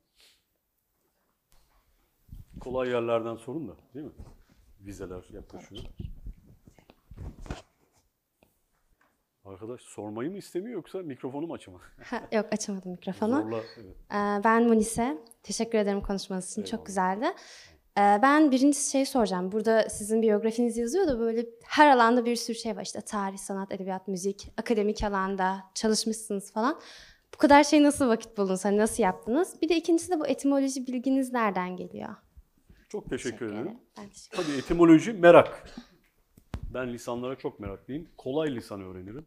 Kolay yerlerden sorun da, değil mi? Vizeler yaklaşıyor. Arkadaş sormayı mı istemiyor yoksa mikrofonum açı mı? Yok, açamadım mikrofonu. Zorla, evet. Ben Munise. Teşekkür ederim konuşmanız için. Eyvallah. Çok güzeldi. Ben birincisi şey soracağım. Burada sizin biyografiniz yazıyor da böyle her alanda bir sürü şey var. İşte tarih, sanat, edebiyat, müzik, akademik alanda çalışmışsınız falan. Bu kadar şey nasıl vakit buldunuz? Hani nasıl yaptınız? Bir de ikincisi de bu etimoloji bilginiz nereden geliyor? Çok teşekkür ederim. Ben teşekkür ederim. Tabii etimoloji merak. Ben lisanlara çok meraklıyım. Kolay lisan öğrenirim.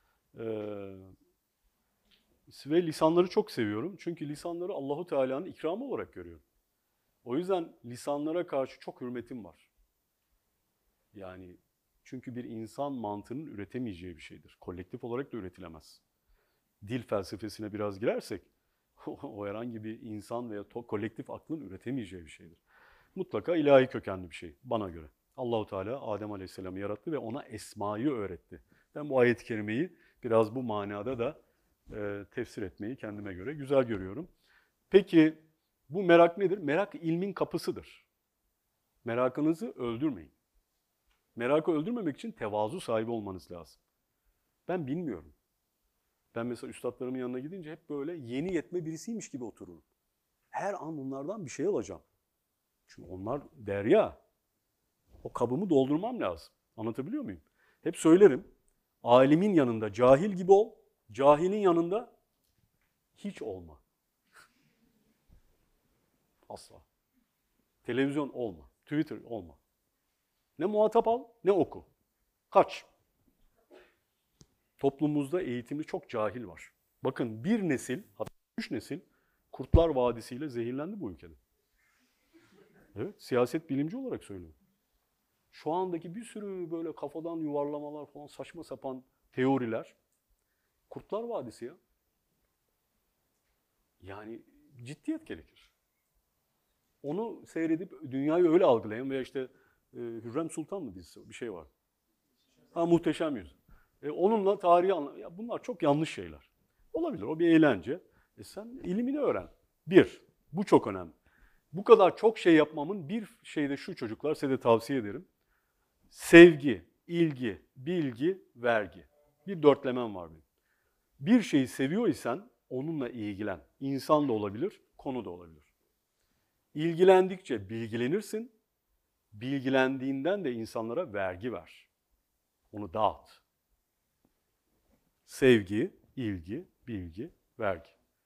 Ve lisanları çok seviyorum. Çünkü lisanları Allahu Teala'nın ikramı olarak görüyorum. O yüzden lisanlara karşı çok hürmetim var. Yani çünkü bir insan mantığının üretemeyeceği bir şeydir. Kolektif olarak da üretilemez. Dil felsefesine biraz girersek o herhangi bir insan veya kolektif aklın üretemeyeceği bir şeydir. Mutlaka ilahi kökenli bir şey bana göre. Allahu Teala Adem Aleyhisselam'ı yarattı ve ona esmayı öğretti. Ben bu ayet-i kerimeyi biraz bu manada da tefsir etmeyi kendime göre güzel görüyorum. Peki bu merak nedir? Merak ilmin kapısıdır. Merakınızı öldürmeyin. Merakı öldürmemek için tevazu sahibi olmanız lazım. Ben bilmiyorum. Ben mesela üstadlarımın yanına gidince hep böyle yeni yetme birisiymiş gibi otururum. Her an onlardan bir şey alacağım. Çünkü onlar derya. O kabımı doldurmam lazım. Anlatabiliyor muyum? Hep söylerim. Alimin yanında cahil gibi ol, cahilin yanında hiç olma. Asla. Televizyon olma, Twitter olma. Ne muhatap al, ne oku. Kaç. Toplumumuzda eğitimli çok cahil var. Bakın bir nesil, hatta 3 nesil Kurtlar Vadisi ile zehirlendi bu ülkede. Evet, siyaset bilimci olarak söylüyorum. Şu andaki bir sürü böyle kafadan yuvarlamalar falan saçma sapan teoriler. Kurtlar Vadisi ya. Yani ciddiyet gerekir. Onu seyredip dünyayı öyle algılayan veya işte Hürrem Sultan mı dizisi bir şey var. Muhteşem Yüzyıl. Onunla tarihi ya bunlar çok yanlış şeyler. Olabilir, o bir eğlence. Sen ilimini öğren. Bu çok önemli. Bu kadar çok şey yapmamın bir şeyi de şu çocuklar, size de tavsiye ederim. Sevgi, ilgi, bilgi, vergi. Bir dörtlemem var benim. Bir şeyi seviyor isen onunla ilgilen. İnsan da olabilir, konu da olabilir. İlgilendikçe bilgilenirsin. Bilgilendiğinden de insanlara vergi ver. Onu dağıt. Sevgi, ilgi, bilgi, vergi.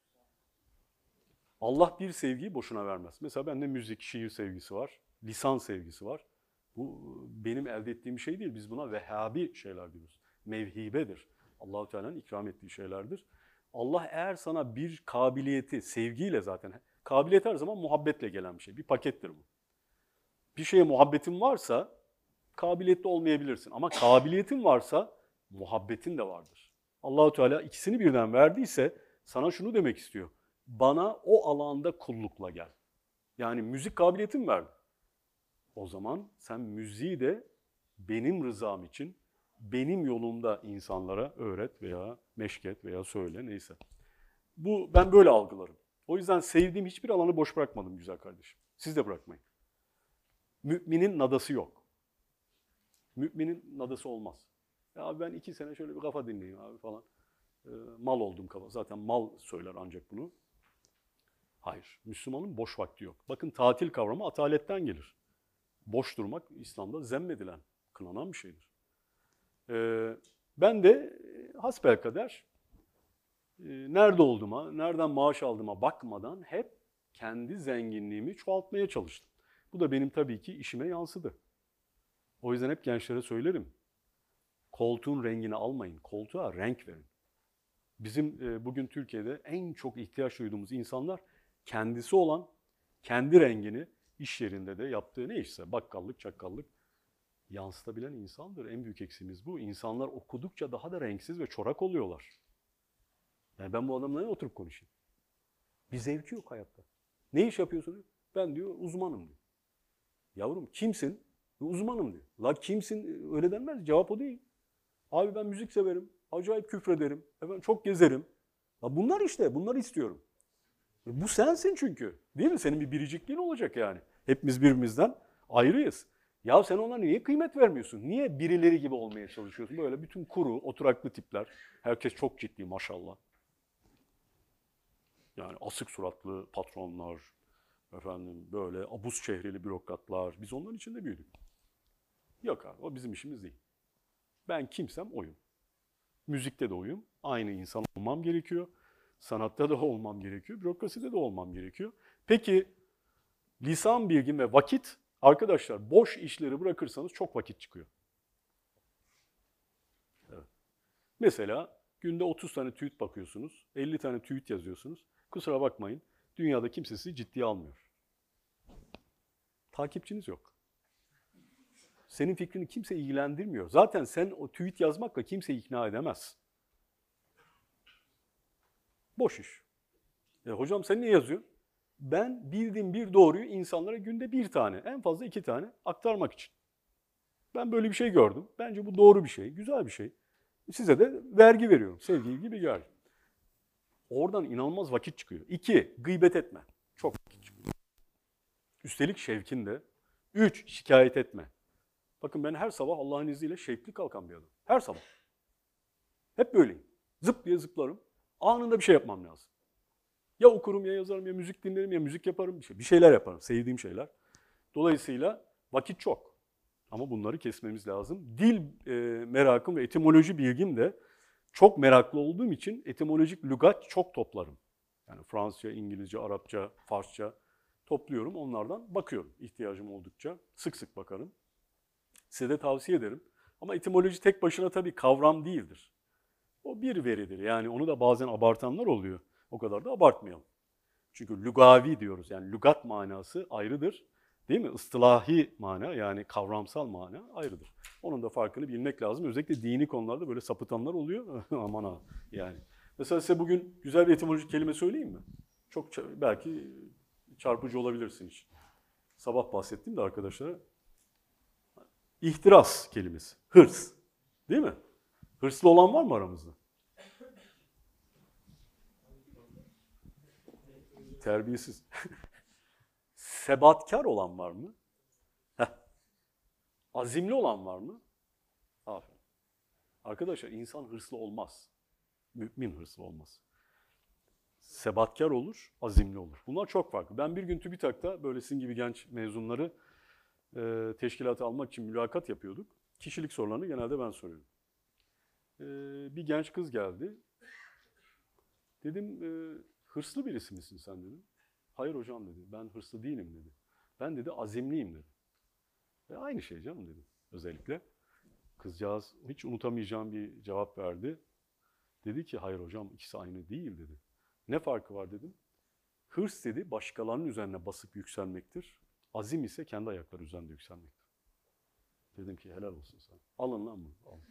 Allah bir sevgiyi boşuna vermez. Mesela bende müzik, şiir sevgisi var, lisan sevgisi var. Bu benim elde ettiğim şey değil. Biz buna Vehhabi şeyler diyoruz. Mevhibedir. Allah-u Teala'nın ikram ettiği şeylerdir. Allah eğer sana bir kabiliyeti, sevgiyle zaten, kabiliyet her zaman muhabbetle gelen bir şey. Bir pakettir bu. Bir şeye muhabbetin varsa kabiliyetli olmayabilirsin. Ama kabiliyetin varsa muhabbetin de vardır. Allah-u Teala ikisini birden verdiyse sana şunu demek istiyor. Bana o alanda kullukla gel. Yani müzik kabiliyetim verdi. O zaman sen müziği de benim rızam için, benim yolumda insanlara öğret veya meşket veya söyle neyse. Ben böyle algılarım. O yüzden sevdiğim hiçbir alanı boş bırakmadım güzel kardeşim. Siz de bırakmayın. Müminin nadası yok. Müminin nadası olmaz. Ya abi ben 2 sene şöyle bir kafa dinleyeyim abi falan. Mal oldum kafa. Zaten mal söyler ancak bunu. Hayır. Müslümanın boş vakti yok. Bakın tatil kavramı ataletten gelir. Boş durmak İslam'da zemmedilen, kınanan bir şeydir. Ben de hasbelkader nerede olduğuma, nereden maaş aldığıma bakmadan hep kendi zenginliğimi çoğaltmaya çalıştım. Bu da benim tabii ki işime yansıdı. O yüzden hep gençlere söylerim. Koltuğun rengini almayın, koltuğa renk verin. Bizim bugün Türkiye'de en çok ihtiyaç duyduğumuz insanlar kendisi olan, kendi rengini iş yerinde de yaptığı ne işse, bakkallık, çakkallık yansıtabilen insandır. En büyük eksiğimiz bu. İnsanlar okudukça daha da renksiz ve çorak oluyorlar. Yani ben bu adamla ne oturup konuşayım? Bir zevki yok hayatta. Ne iş yapıyorsun? Ben diyor uzmanım diyor. Yavrum kimsin? Uzmanım diyor. La kimsin? Öyle denmez. Cevap o değil. Abi ben müzik severim. Acayip küfrederim. Efendim, çok gezerim. Ya bunlar işte. Bunları istiyorum. Bu sensin çünkü. Değil mi? Senin bir biricikliğin olacak yani. Hepimiz birbirimizden ayrıyız. Ya sen ona niye kıymet vermiyorsun? Niye birileri gibi olmaya çalışıyorsun? Böyle bütün kuru, oturaklı tipler. Herkes çok ciddi maşallah. Yani asık suratlı patronlar, efendim böyle abuz çehreli bürokratlar. Biz onların içinde büyüdük. Yok abi, o bizim işimiz değil. Ben kimsem oyum. Müzikte de oyum. Aynı insan olmam gerekiyor. Sanatta da olmam gerekiyor. Bürokraside de olmam gerekiyor. Peki lisan bilgim ve vakit, arkadaşlar boş işleri bırakırsanız çok vakit çıkıyor. Evet. Mesela günde 30 tane tweet bakıyorsunuz, 50 tane tweet yazıyorsunuz. Kusura bakmayın, dünyada kimse sizi ciddiye almıyor. Takipçiniz yok. Senin fikrini kimse ilgilendirmiyor. Zaten sen o tweet yazmakla kimseyi ikna edemezsin. Boş iş. Hocam sen niye yazıyorsun? Ben bildiğim bir doğruyu insanlara günde bir tane, en fazla 2 tane aktarmak için. Ben böyle bir şey gördüm. Bence bu doğru bir şey, güzel bir şey. Size de vergi veriyorum. Sevgi gibi gel. Oradan inanılmaz vakit çıkıyor. 2, gıybet etme. Çok vakit çıkıyor. Üstelik şevkinde. 3, şikayet etme. Bakın ben her sabah Allah'ın izniyle şevkli kalkan bir adamım. Her sabah. Hep böyleyim. Zıp diye zıplarım. Anında bir şey yapmam lazım. Ya okurum ya yazarım ya müzik dinlerim ya müzik yaparım. Bir şeyler yaparım. Sevdiğim şeyler. Dolayısıyla vakit çok. Ama bunları kesmemiz lazım. Dil merakım ve etimoloji bilgim de çok meraklı olduğum için etimolojik lügat çok toplarım. Yani Fransızca, İngilizce, Arapça, Farsça topluyorum. Onlardan bakıyorum ihtiyacım oldukça. Sık sık bakarım. Size de tavsiye ederim. Ama etimoloji tek başına tabii kavram değildir. O bir veridir. Yani onu da bazen abartanlar oluyor. O kadar da abartmayalım. Çünkü lügavi diyoruz. Yani lügat manası ayrıdır. Değil mi? Istilahi mana yani kavramsal mana ayrıdır. Onun da farkını bilmek lazım. Özellikle dini konularda böyle sapıtanlar oluyor. Aman ha yani. Mesela size bugün güzel bir etimolojik kelime söyleyeyim mi? Çok belki çarpıcı olabilirsin için. Sabah bahsettim de arkadaşlara. İhtiras kelimesi. Hırs. Değil mi? Hırslı olan var mı aramızda? Terbiyesiz. Sebatkar olan var mı? Heh. Azimli olan var mı? Aferin. Arkadaşlar insan hırslı olmaz. Mümin hırslı olmaz. Sebatkar olur, azimli olur. Bunlar çok farklı. Ben bir gün TÜBİTAK'ta böyle sizin gibi genç mezunları teşkilata almak için mülakat yapıyorduk. Kişilik sorularını genelde ben soruyorum. Bir genç kız geldi. Dedim, hırslı birisi misin sen dedim. Hayır hocam dedi, ben hırslı değilim dedi. Ben dedi azimliyim dedi. Aynı şey canım dedim özellikle. Kızcağız hiç unutamayacağım bir cevap verdi. Dedi ki hayır hocam ikisi aynı değil dedi. Ne farkı var dedim. Hırs dedi başkalarının üzerine basıp yükselmektir. Azim ise kendi ayakları üzerinde yükselmektir. Dedim ki helal olsun sana. Alın lan bunu. Alın.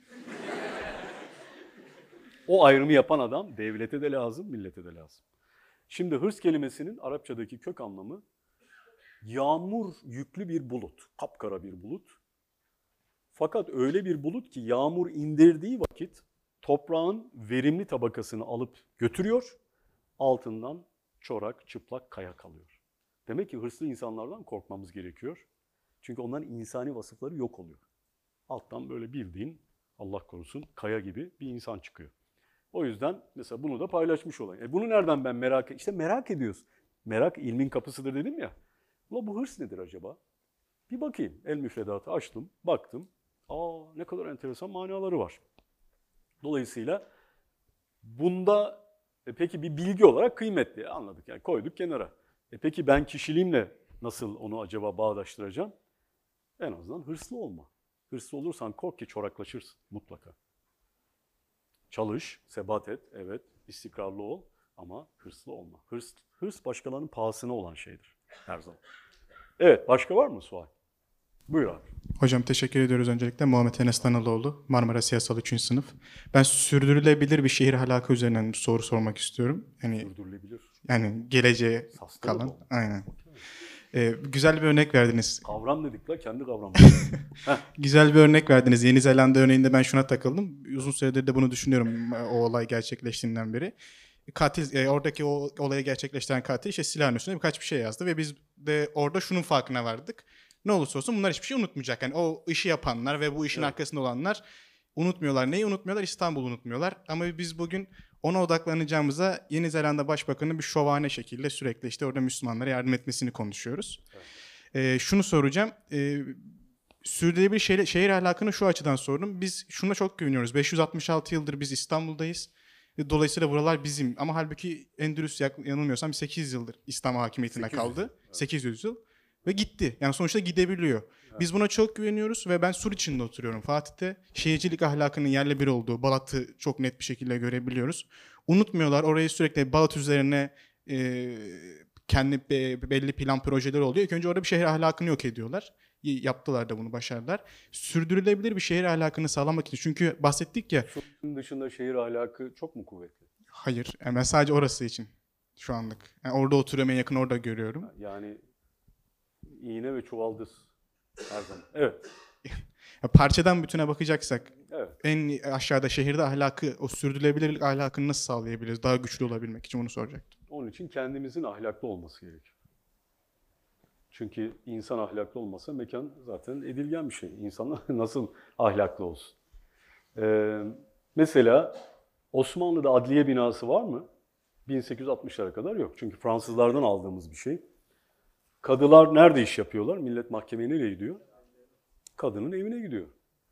O ayrımı yapan adam devlete de lazım, millete de lazım. Şimdi hırs kelimesinin Arapçadaki kök anlamı yağmur yüklü bir bulut, kapkara bir bulut. Fakat öyle bir bulut ki yağmur indirdiği vakit toprağın verimli tabakasını alıp götürüyor, altından çorak, çıplak kaya kalıyor. Demek ki hırslı insanlardan korkmamız gerekiyor. Çünkü onların insani vasıfları yok oluyor. Alttan böyle bildiğin, Allah korusun, kaya gibi bir insan çıkıyor. O yüzden mesela bunu da paylaşmış olayım. Bunu nereden ben İşte merak ediyoruz. Merak ilmin kapısıdır dedim ya. Ulan bu hırs nedir acaba? Bir bakayım. El müfredatı açtım, baktım. Ne kadar enteresan manaları var. Dolayısıyla bunda peki bir bilgi olarak kıymetli anladık yani koyduk kenara. Peki ben kişiliğimle nasıl onu acaba bağdaştıracağım? En azından hırslı olma. Hırslı olursan kork ki çoraklaşırsın mutlaka. Çalış, sebat et, evet, istikrarlı ol ama hırslı olma. Hırs başkalarının pahasına olan şeydir her zaman. Evet, başka var mı sual? Buyur abi. Hocam teşekkür ediyoruz öncelikle. Muhammed Enes Tanaloğlu, Marmara Siyasal 3. sınıf. Ben sürdürülebilir bir şehir ahlakı üzerinden bir soru sormak istiyorum. Sürdürülebilir. Yani geleceğe kalan. Aynen. Güzel bir örnek verdiniz. Kavram dedik la, kendi kavramı. Güzel bir örnek verdiniz. Yeni Zelanda örneğinde ben şuna takıldım. Uzun süredir de bunu düşünüyorum o olay gerçekleştiğinden beri. Katil, oradaki o olayı gerçekleştiren katil işte silahın üstüne birkaç bir şey yazdı ve biz de orada şunun farkına vardık. Ne olursa olsun bunlar hiçbir şey unutmayacak. Yani o işi yapanlar ve bu işin arkasında olanlar unutmuyorlar. Neyi unutmuyorlar? İstanbul'u unutmuyorlar. Ama biz bugün ona odaklanacağımıza Yeni Zelanda Başbakanı'nın bir şovane şekilde sürekli işte orada Müslümanlara yardım etmesini konuşuyoruz. Şunu soracağım. Sürdürülebilir şehir ahlakını şu açıdan sordum. Biz şuna çok güveniyoruz. 566 yıldır biz İstanbul'dayız. Dolayısıyla buralar bizim. Ama halbuki Endülüs yanılmıyorsam 8 yıldır İslam hakimiyetinde 800. kaldı. 800 yıl. Ve gitti. Yani sonuçta gidebiliyor. Biz buna çok güveniyoruz ve ben Sur içinde oturuyorum Fatih'te. Şehircilik ahlakının yerle bir olduğu Balat'ı çok net bir şekilde görebiliyoruz. Unutmuyorlar. Orayı sürekli Balat üzerine kendi belli plan projeleri oluyor. İlk önce orada bir şehir ahlakını yok ediyorlar. Yaptılar da bunu, başardılar. Sürdürülebilir bir şehir ahlakını sağlamak için. Çünkü bahsettik ya. Şunun dışında şehir ahlakı çok mu kuvvetli? Hayır. Yani ben sadece orası için şu anlık. Yani orada oturuyorum, en yakın orada görüyorum. Yani iğne ve çuvaldız her zaman. Evet. Ya parçadan bütüne bakacaksak Evet. en aşağıda şehirde ahlakı, o sürdürülebilirlik ahlakını nasıl sağlayabiliriz? Daha güçlü olabilmek için bunu soracaktım. Onun için kendimizin ahlaklı olması gerekiyor. Çünkü insan ahlaklı olmasa mekan zaten edilgen bir şey. İnsanlar nasıl ahlaklı olsun? Mesela Osmanlı'da adliye binası var mı? 1860'lara kadar yok. Çünkü Fransızlardan aldığımız bir şey. Kadılar nerede iş yapıyorlar? Millet mahkemeye nereye gidiyor? Kadının evine gidiyor.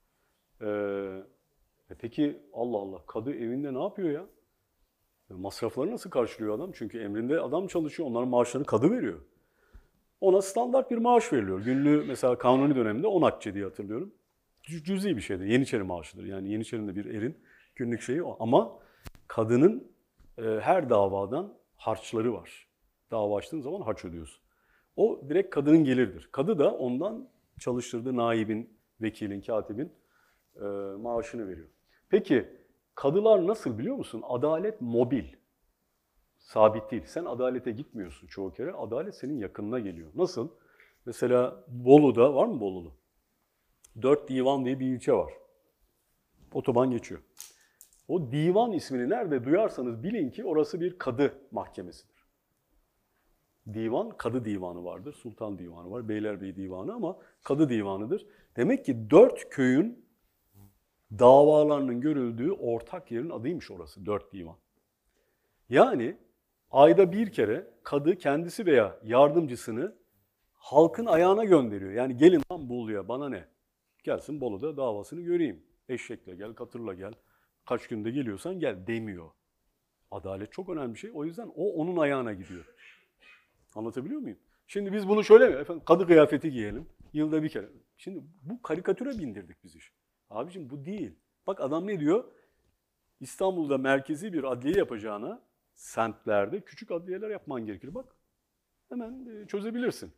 Peki Allah Allah, kadı evinde ne yapıyor ya? Masrafları nasıl karşılıyor adam? Çünkü emrinde adam çalışıyor, onların maaşlarını kadı veriyor. Ona standart bir maaş veriliyor. Günlüğü mesela Kanuni döneminde 10 akçe diye hatırlıyorum. Cüzi bir şeydir, Yeniçeri maaşıdır. Yani Yeniçeri'nin de bir erin günlük şeyi o. Ama kadının her davadan harçları var. Dava açtığın zaman harç ödüyorsun. O direkt kadının geliridir. Kadı da ondan çalıştırdığı naibin, vekilin, katibin maaşını veriyor. Peki kadılar nasıl biliyor musun? Adalet mobil. Sabit değil. Sen adalete gitmiyorsun çoğu kere. Adalet senin yakınına geliyor. Nasıl? Mesela Bolu'da, var mı Bolulu? 4 Divan diye bir ilçe var. Otoban geçiyor. O divan ismini nerede duyarsanız bilin ki orası bir kadı mahkemesidir. Divan, kadı divanı vardır. Sultan divanı var, Beylerbeyi divanı ama kadı divanıdır. Demek ki 4 köyün davalarının görüldüğü ortak yerin adıymış orası, 4 divan. Yani ayda bir kere kadı kendisi veya yardımcısını halkın ayağına gönderiyor. Yani gelin lan Bolu'ya, bana ne? Gelsin Bolu'da davasını göreyim. Eşekle gel, katırla gel. Kaç günde geliyorsan gel demiyor. Adalet çok önemli bir şey. O yüzden o onun ayağına gidiyor. Anlatabiliyor muyum? Şimdi biz bunu şöyle mi? Efendim, kadı kıyafeti giyelim. Yılda bir kere. Şimdi bu karikatüre bindirdik biz işi. Abicim bu değil. Bak adam ne diyor? İstanbul'da merkezi bir adliye yapacağına semtlerde küçük adliyeler yapman gerekir. Bak hemen çözebilirsin.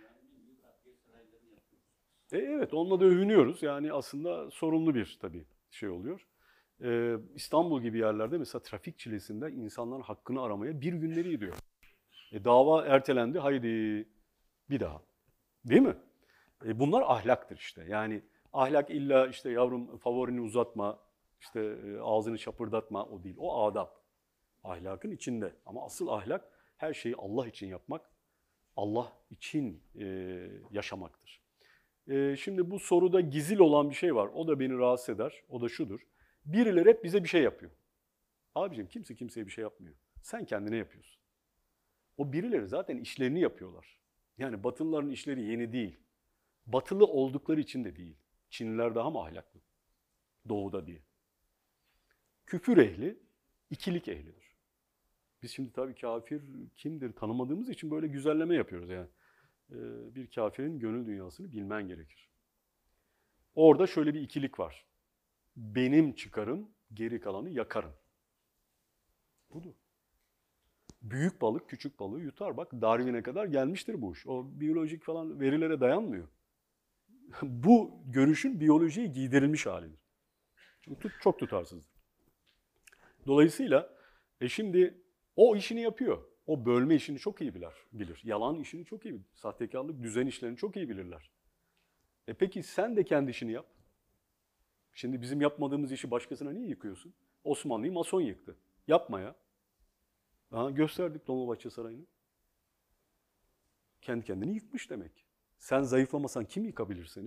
Evet, onunla da övünüyoruz. Yani aslında sorunlu bir tabii şey oluyor. İstanbul gibi yerlerde mesela trafik çilesinde insanların hakkını aramaya bir günleri gidiyor. Dava ertelendi, haydi bir daha. Değil mi? Bunlar ahlaktır işte. Yani ahlak illa işte yavrum favorini uzatma, işte ağzını şapırdatma, o değil. O adab. Ahlakın içinde. Ama asıl ahlak her şeyi Allah için yapmak, Allah için yaşamaktır. Şimdi bu soruda gizil olan bir şey var. O da beni rahatsız eder. O da şudur. Birileri hep bize bir şey yapıyor. Abicim kimse kimseye bir şey yapmıyor. Sen kendine yapıyorsun. O birileri zaten işlerini yapıyorlar. Yani Batılıların işleri yeni değil. Batılı oldukları için de değil. Çinliler daha mı ahlaklı? Doğuda diye. Küfür ehli, ikilik ehlidir. Biz şimdi tabii kafir kimdir tanımadığımız için böyle güzelleme yapıyoruz yani. Bir kafirin gönül dünyasını bilmen gerekir. Orada şöyle bir ikilik var. Benim çıkarım, geri kalanı yakarım. Budur. Büyük balık küçük balığı yutar. Bak Darwin'e kadar gelmiştir bu iş. O biyolojik falan verilere dayanmıyor. Bu görüşün biyolojiye giydirilmiş halidir. Çünkü çok tutarsızdır. Dolayısıyla şimdi o işini yapıyor. O bölme işini çok iyi bilir. Yalan işini çok iyi bilir. Sahtekarlık, düzen işlerini çok iyi bilirler. Peki sen de kendi işini yap. Şimdi bizim yapmadığımız işi başkasına niye yıkıyorsun? Osmanlı'yı mason yıktı. Yapma ya. Gösterdik Dolmabahçe Sarayı'nı. Kendi kendini yıkmış demek. Sen zayıflamasan kim yıkabilir seni?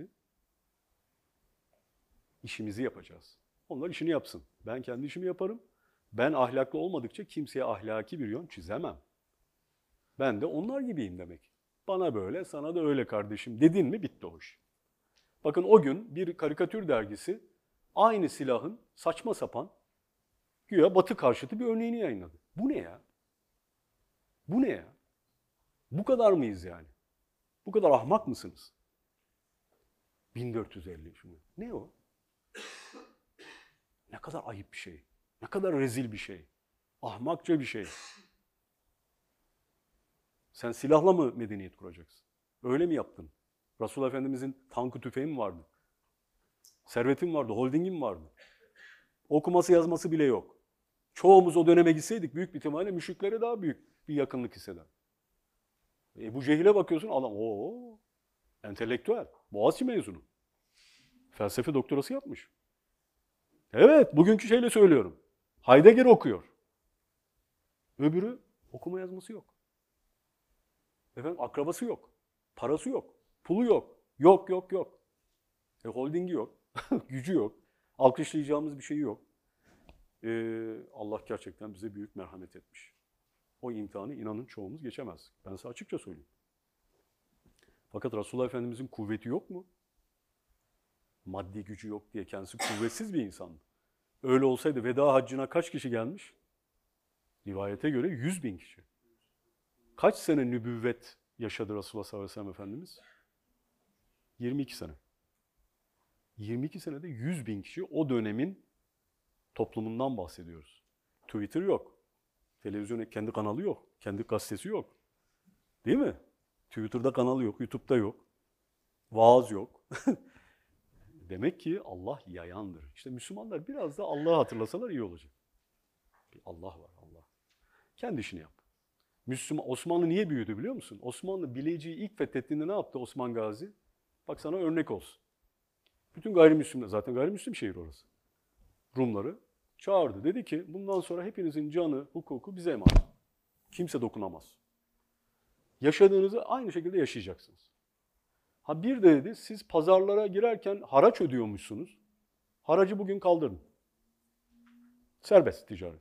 İşimizi yapacağız. Onlar işini yapsın. Ben kendi işimi yaparım. Ben ahlaklı olmadıkça kimseye ahlaki bir yön çizemem. Ben de onlar gibiyim demek. Bana böyle, sana da öyle kardeşim dedin mi bitti o iş. Bakın o gün bir karikatür dergisi aynı silahın saçma sapan güya Batı karşıtı bir örneğini yayınladı. Bu ne ya? Bu ne ya? Bu kadar mıyız yani? Bu kadar ahmak mısınız? 1450 şimdi. Ne o? Ne kadar ayıp bir şey. Ne kadar rezil bir şey. Ahmakça bir şey. Sen silahla mı medeniyet kuracaksın? Öyle mi yaptın? Resulullah Efendimizin tankı tüfeği mi vardı? Serveti mi vardı? Holdingi mi vardı? Okuması yazması bile yok. Çoğumuz o döneme gitseydik büyük bir ihtimalle müşriklere daha büyük bir yakınlık hisseder. Bu Cehil'e bakıyorsun adam entelektüel. Boğaziçi mezunu. Felsefe doktorası yapmış. Evet, bugünkü şeyle söylüyorum. Heidegger okuyor. Öbürü okuma yazması yok. Efendim akrabası yok. Parası yok. Pulu yok. Yok. Holdingi yok. Gücü yok. Alkışlayacağımız bir şey yok. Allah gerçekten bize büyük merhamet etmiş. O imtihanı inanın çoğumuz geçemez. Ben size açıkça söyleyeyim. Fakat Resulullah Efendimizin kuvveti yok mu? Maddi gücü yok diye kendisi kuvvetsiz bir insandı. Öyle olsaydı veda haccına kaç kişi gelmiş? Rivayete göre 100.000 kişi. Kaç sene nübüvvet yaşadı Resulullah sallallahu aleyhi ve sellem Efendimiz? 22 sene. 22 senede 100.000 kişi o dönemin toplumundan bahsediyoruz. Twitter yok. Televizyon kendi kanalı yok. Kendi gazetesi yok. Değil mi? Twitter'da kanalı yok. YouTube'da yok. Vaaz yok. Demek ki Allah yayandır. İşte Müslümanlar biraz da Allah'ı hatırlasalar iyi olacak. Bir Allah var, Allah. Kendi işini yap. Osmanlı niye büyüdü biliyor musun? Osmanlı Bilecik'i ilk fethettiğinde ne yaptı Osman Gazi? Bak sana örnek olsun. Bütün gayrimüslimler, zaten gayrimüslim şehir orası. Rumları çağırdı. Dedi ki bundan sonra hepinizin canı, hukuku bize emanet. Kimse dokunamaz. Yaşadığınızı aynı şekilde yaşayacaksınız. Ha bir de dedi siz pazarlara girerken haraç ödüyormuşsunuz. Haracı bugün kaldırın. Serbest ticaret.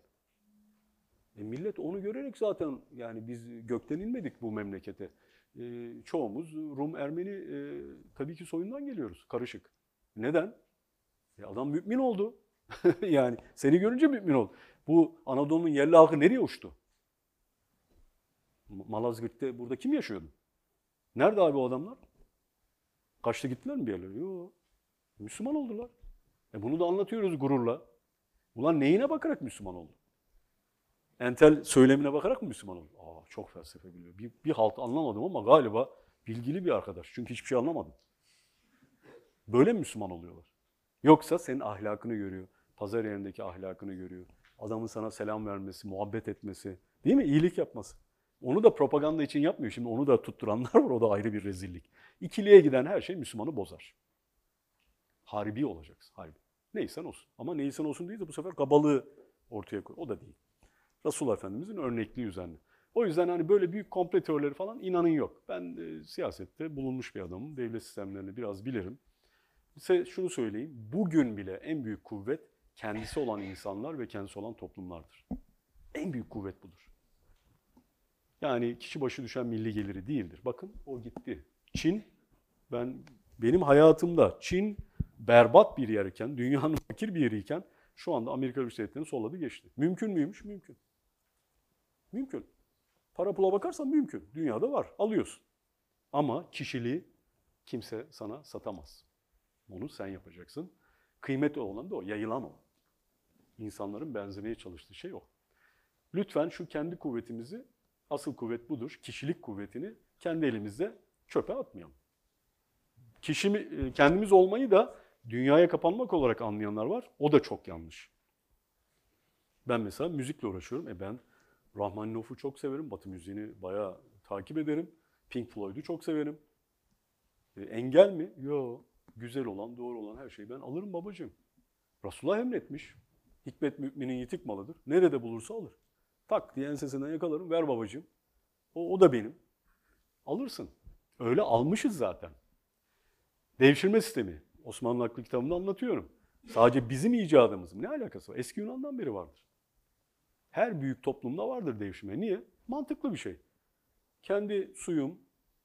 Millet onu görerek zaten yani biz gökten inmedik bu memlekete. Çoğumuz Rum, Ermeni tabii ki soyundan geliyoruz. Karışık. Neden? Adam mümin oldu. Yani seni görünce mümin oldu. Bu Anadolu'nun yerli halkı nereye uçtu? Malazgirt'te burada kim yaşıyordu? Nerede abi o adamlar? Kaçtı gittiler mi bir yerlere? Yok. Müslüman oldular. Bunu da anlatıyoruz gururla. Ulan neyine bakarak Müslüman oldu? Entel söylemine bakarak mı Müslüman oldu? Çok felsefe biliyor. Bir halt anlamadım ama galiba bilgili bir arkadaş. Çünkü hiçbir şey anlamadım. Böyle mi Müslüman oluyorlar? Yoksa senin ahlakını görüyor. Pazar yerindeki ahlakını görüyor. Adamın sana selam vermesi, muhabbet etmesi, değil mi? İyilik yapması. Onu da propaganda için yapmıyor. Şimdi onu da tutturanlar var. O da ayrı bir rezillik. İkiliğe giden her şey Müslümanı bozar. Harbi olacaksın. Harbi. Neysen olsun. Ama neysen olsun değil de bu sefer kabalığı ortaya koy. O da değil. Resulullah Efendimizin örnekliği üzerine. O yüzden hani böyle büyük komple teorileri falan inanın yok. Ben siyasette bulunmuş bir adamım. Devlet sistemlerini biraz bilirim. Size şunu söyleyeyim. Bugün bile en büyük kuvvet kendisi olan insanlar ve kendisi olan toplumlardır. En büyük kuvvet budur. Yani kişi başı düşen milli geliri değildir. Bakın o gitti. Çin, benim hayatımda Çin berbat bir yerken, dünyanın fakir bir yeriyken şu anda Amerika Birleşik Devletleri'ni solladı geçti. Mümkün müymüş? Mümkün. Mümkün. Para pula bakarsan mümkün. Dünyada var. Alıyorsun. Ama kişiliği kimse sana satamaz. Onu sen yapacaksın. Kıymetli olan da o. Yayılan o. İnsanların benzemeye çalıştığı şey o. Lütfen şu kendi kuvvetimizi, asıl kuvvet budur. Kişilik kuvvetini kendi elimizde çöpe atmayalım. Kendimiz olmayı da dünyaya kapanmak olarak anlayanlar var. O da çok yanlış. Ben mesela müzikle uğraşıyorum. Ben Rahmaninof'u çok severim. Batı müziğini bayağı takip ederim. Pink Floyd'u çok severim. Engel mi? Yok. Güzel olan, doğru olan her şeyi ben alırım babacığım. Resulullah emretmiş. Hikmet müminin yitik malıdır. Nerede bulursa alır. Tak diye ensesinden yakalarım. Ver babacığım. O da benim. Alırsın. Öyle almışız zaten. Devşirme sistemi. Osmanlı Aklı kitabında anlatıyorum. Sadece bizim icadımız mı? Ne alakası var? Eski Yunan'dan beri vardır. Her büyük toplumda vardır devşirme. Niye? Mantıklı bir şey. Kendi suyum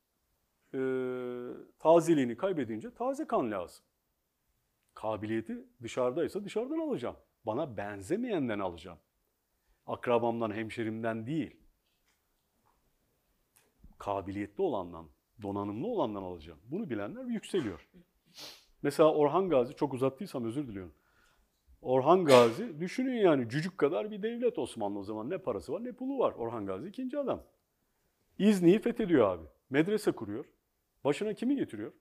tazeliğini kaybedince taze kan lazım. Kabiliyeti dışarıdaysa dışarıdan alacağım. Bana benzemeyenden alacağım. Akrabamdan, hemşerimden değil. Kabiliyetli olandan, donanımlı olandan alacağım. Bunu bilenler yükseliyor. Mesela Orhan Gazi, çok uzattıysam özür diliyorum. Orhan Gazi, düşünün yani cücük kadar bir devlet Osmanlı o zaman. Ne parası var ne pulu var. Orhan Gazi ikinci adam. İzni'yi fethediyor abi. Medrese kuruyor. Başına kimi getiriyor?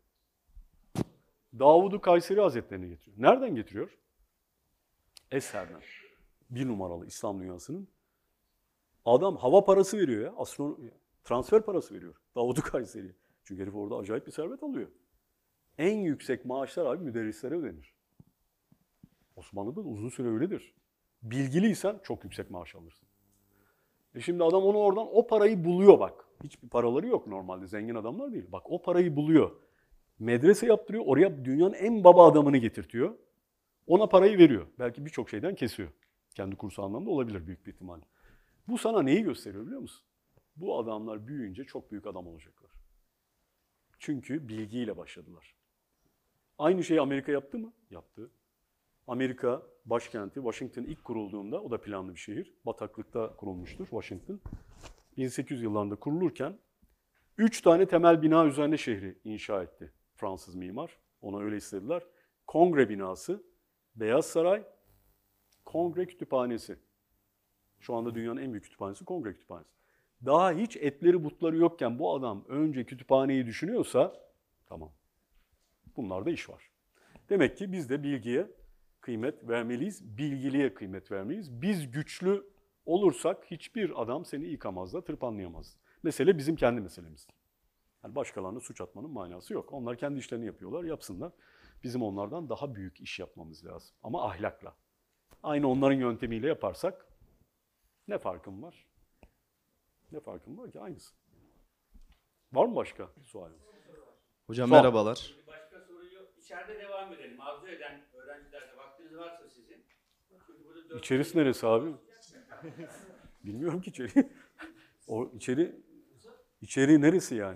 Davud-u Kayseri Hazretlerini getiriyor. Nereden getiriyor? Eser'den. Bir numaralı İslam dünyasının. Adam hava parası veriyor ya. Transfer parası veriyor Davud-u Kayseri'ye. Çünkü herif orada acayip bir servet alıyor. En yüksek maaşlar abi müderrislere ödenir. Osmanlı'da da uzun süre öyledir. Bilgiliysen çok yüksek maaş alırsın. Şimdi adam onu oradan o parayı buluyor bak. Hiçbir paraları yok normalde. Zengin adamlar değil. Bak o parayı buluyor. Medrese yaptırıyor. Oraya dünyanın en baba adamını getirtiyor. Ona parayı veriyor. Belki birçok şeyden kesiyor. Kendi kursağından da olabilir büyük bir ihtimalle. Bu sana neyi gösteriyor biliyor musun? Bu adamlar büyüyünce çok büyük adam olacaklar. Çünkü bilgiyle başladılar. Aynı şeyi Amerika yaptı mı? Yaptı. Amerika başkenti Washington ilk kurulduğunda, o da planlı bir şehir. Bataklıkta kurulmuştur Washington. 1800 yıllarında kurulurken 3 tane temel bina üzerine şehri inşa etti Fransız mimar. Ona öyle istediler. Kongre binası, Beyaz Saray, Kongre Kütüphanesi. Şu anda dünyanın en büyük kütüphanesi Kongre Kütüphanesi. Daha hiç etleri butları yokken bu adam önce kütüphaneyi düşünüyorsa tamam. Bunlarda iş var. Demek ki biz de bilgiye kıymet vermeliyiz, bilgiliğe kıymet vermeliyiz. Biz güçlü olursak hiçbir adam seni yıkamaz da tırpanlayamaz. Mesele bizim kendi meselemiz. Yani başkalarına suç atmanın manası yok. Onlar kendi işlerini yapıyorlar, yapsınlar. Bizim onlardan daha büyük iş yapmamız lazım. Ama ahlakla. Aynı onların yöntemiyle yaparsak ne farkım var? Ne farkım var ki? Aynısı. Var mı başka sualiniz? Hocam Sor. merhabalar. Başka soruyu içeride devam edelim. Arzu eden öğrencilerde vaktiniz varsa sizin. Çünkü burada İçerisi neresi abi? Bilmiyorum ki içeri. O içeri neresi yani?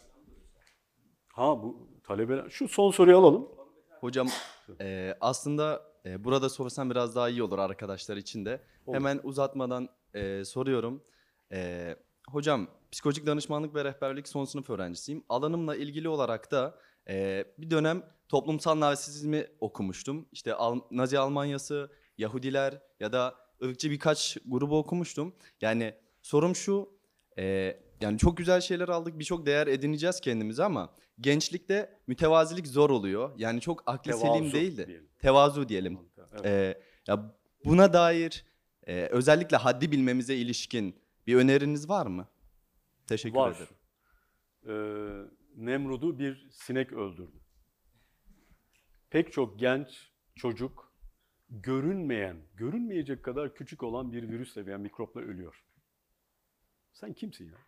Ha bu talebeler. Şu son soruyu alalım. Hocam aslında burada sorsam biraz daha iyi olur arkadaşlar için de. Olur. Hemen uzatmadan soruyorum. Hocam psikolojik danışmanlık ve rehberlik son sınıf öğrencisiyim. Alanımla ilgili olarak da bir dönem toplumsal narsizmi okumuştum. İşte Nazi Almanyası, Yahudiler ya da ırkçı birkaç grubu okumuştum. Yani sorum şu, yani çok güzel şeyler aldık, birçok değer edineceğiz kendimize ama gençlikte mütevazilik zor oluyor. Yani çok aklı selim Tevazu değil de diyelim. tevazu diyelim. Evet. Ya buna dair özellikle haddi bilmemize ilişkin bir öneriniz var mı? Teşekkür Var. ederim. Nemrud'u bir sinek öldürdü. Pek çok genç çocuk görünmeyecek kadar küçük olan bir virüsle veya mikropla ölüyor. Sen kimsin ya?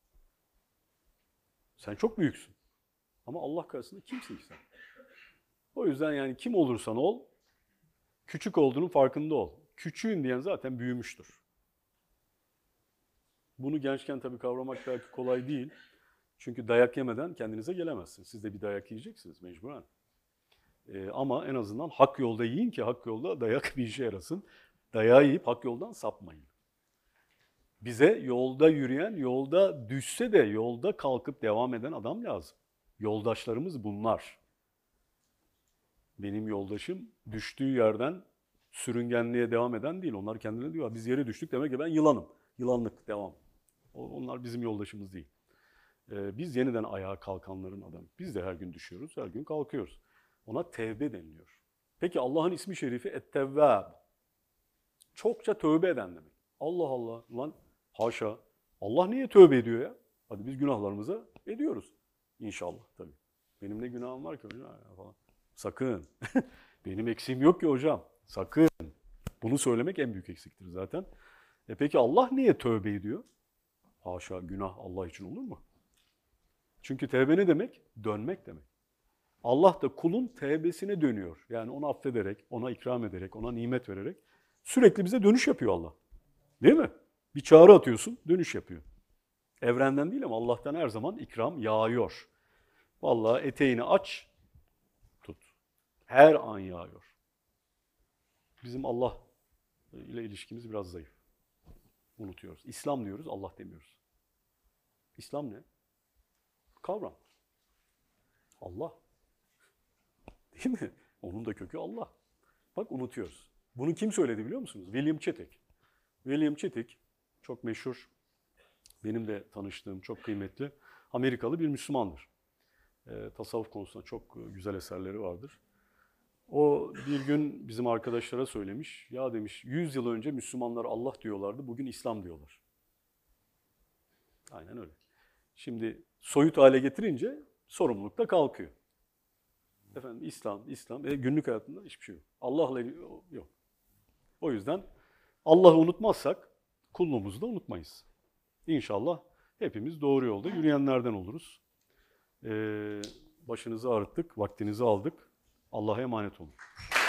Sen çok büyüksün. Ama Allah karşısında kimsin ki sen? O yüzden yani kim olursan ol, küçük olduğunun farkında ol. Küçüğün diyen zaten büyümüştür. Bunu gençken tabii kavramak belki kolay değil. Çünkü dayak yemeden kendinize gelemezsiniz. Siz de bir dayak yiyeceksiniz mecburen. Ama en azından hak yolda yiyin ki hak yolda dayak bir işe yarasın. Dayağı yiyip hak yoldan sapmayın. Bize yolda yürüyen, yolda düşse de yolda kalkıp devam eden adam lazım. Yoldaşlarımız bunlar. Benim yoldaşım düştüğü yerden sürüngenliğe devam eden değil. Onlar kendilerine diyor biz yere düştük demek ki ben yılanım. Yılanlık devam. Onlar bizim yoldaşımız değil. Biz yeniden ayağa kalkanların adamı. Biz de her gün düşüyoruz, her gün kalkıyoruz. Ona tevbe deniliyor. Peki Allah'ın ismi şerifi et-tevvab. Çokça tövbe eden demek. Allah Allah. Lan haşa. Allah niye tövbe ediyor ya? Hadi biz günahlarımıza ediyoruz. İnşallah tabii. Benim ne günahım var ki hocam falan. Sakın. Benim eksiğim yok ki hocam. Sakın. Bunu söylemek en büyük eksiktir zaten. Peki Allah niye tövbe ediyor? Haşa günah Allah için olur mu? Çünkü tevbe ne demek? Dönmek demek. Allah da kulun tevbesine dönüyor. Yani onu affederek, ona ikram ederek, ona nimet vererek sürekli bize dönüş yapıyor Allah. Değil mi? Bir çağrı atıyorsun, dönüş yapıyor. Evrenden değil ama Allah'tan her zaman ikram yağıyor. Vallahi eteğini aç, tut. Her an yağıyor. Bizim Allah ile ilişkimiz biraz zayıf. Unutuyoruz. İslam diyoruz, Allah demiyoruz. İslam ne? Kavram. Allah. Değil mi? Onun da kökü Allah. Bak unutuyoruz. Bunu kim söyledi biliyor musunuz? William Chittick. William Chittick çok meşhur, benim de tanıştığım çok kıymetli Amerikalı bir Müslümandır. Tasavvuf konusunda çok güzel eserleri vardır. O bir gün bizim arkadaşlara söylemiş. Ya demiş 100 yıl önce Müslümanlar Allah diyorlardı, bugün İslam diyorlar. Aynen öyle. Şimdi soyut hale getirince sorumluluk da kalkıyor. Efendim İslam. Günlük hayatında hiçbir şey yok. Allah'la yok. O yüzden Allah'ı unutmazsak kulluğumuzu da unutmayız. İnşallah hepimiz doğru yolda yürüyenlerden oluruz. Başınızı ağrıttık, vaktinizi aldık. Allah'a emanet olun.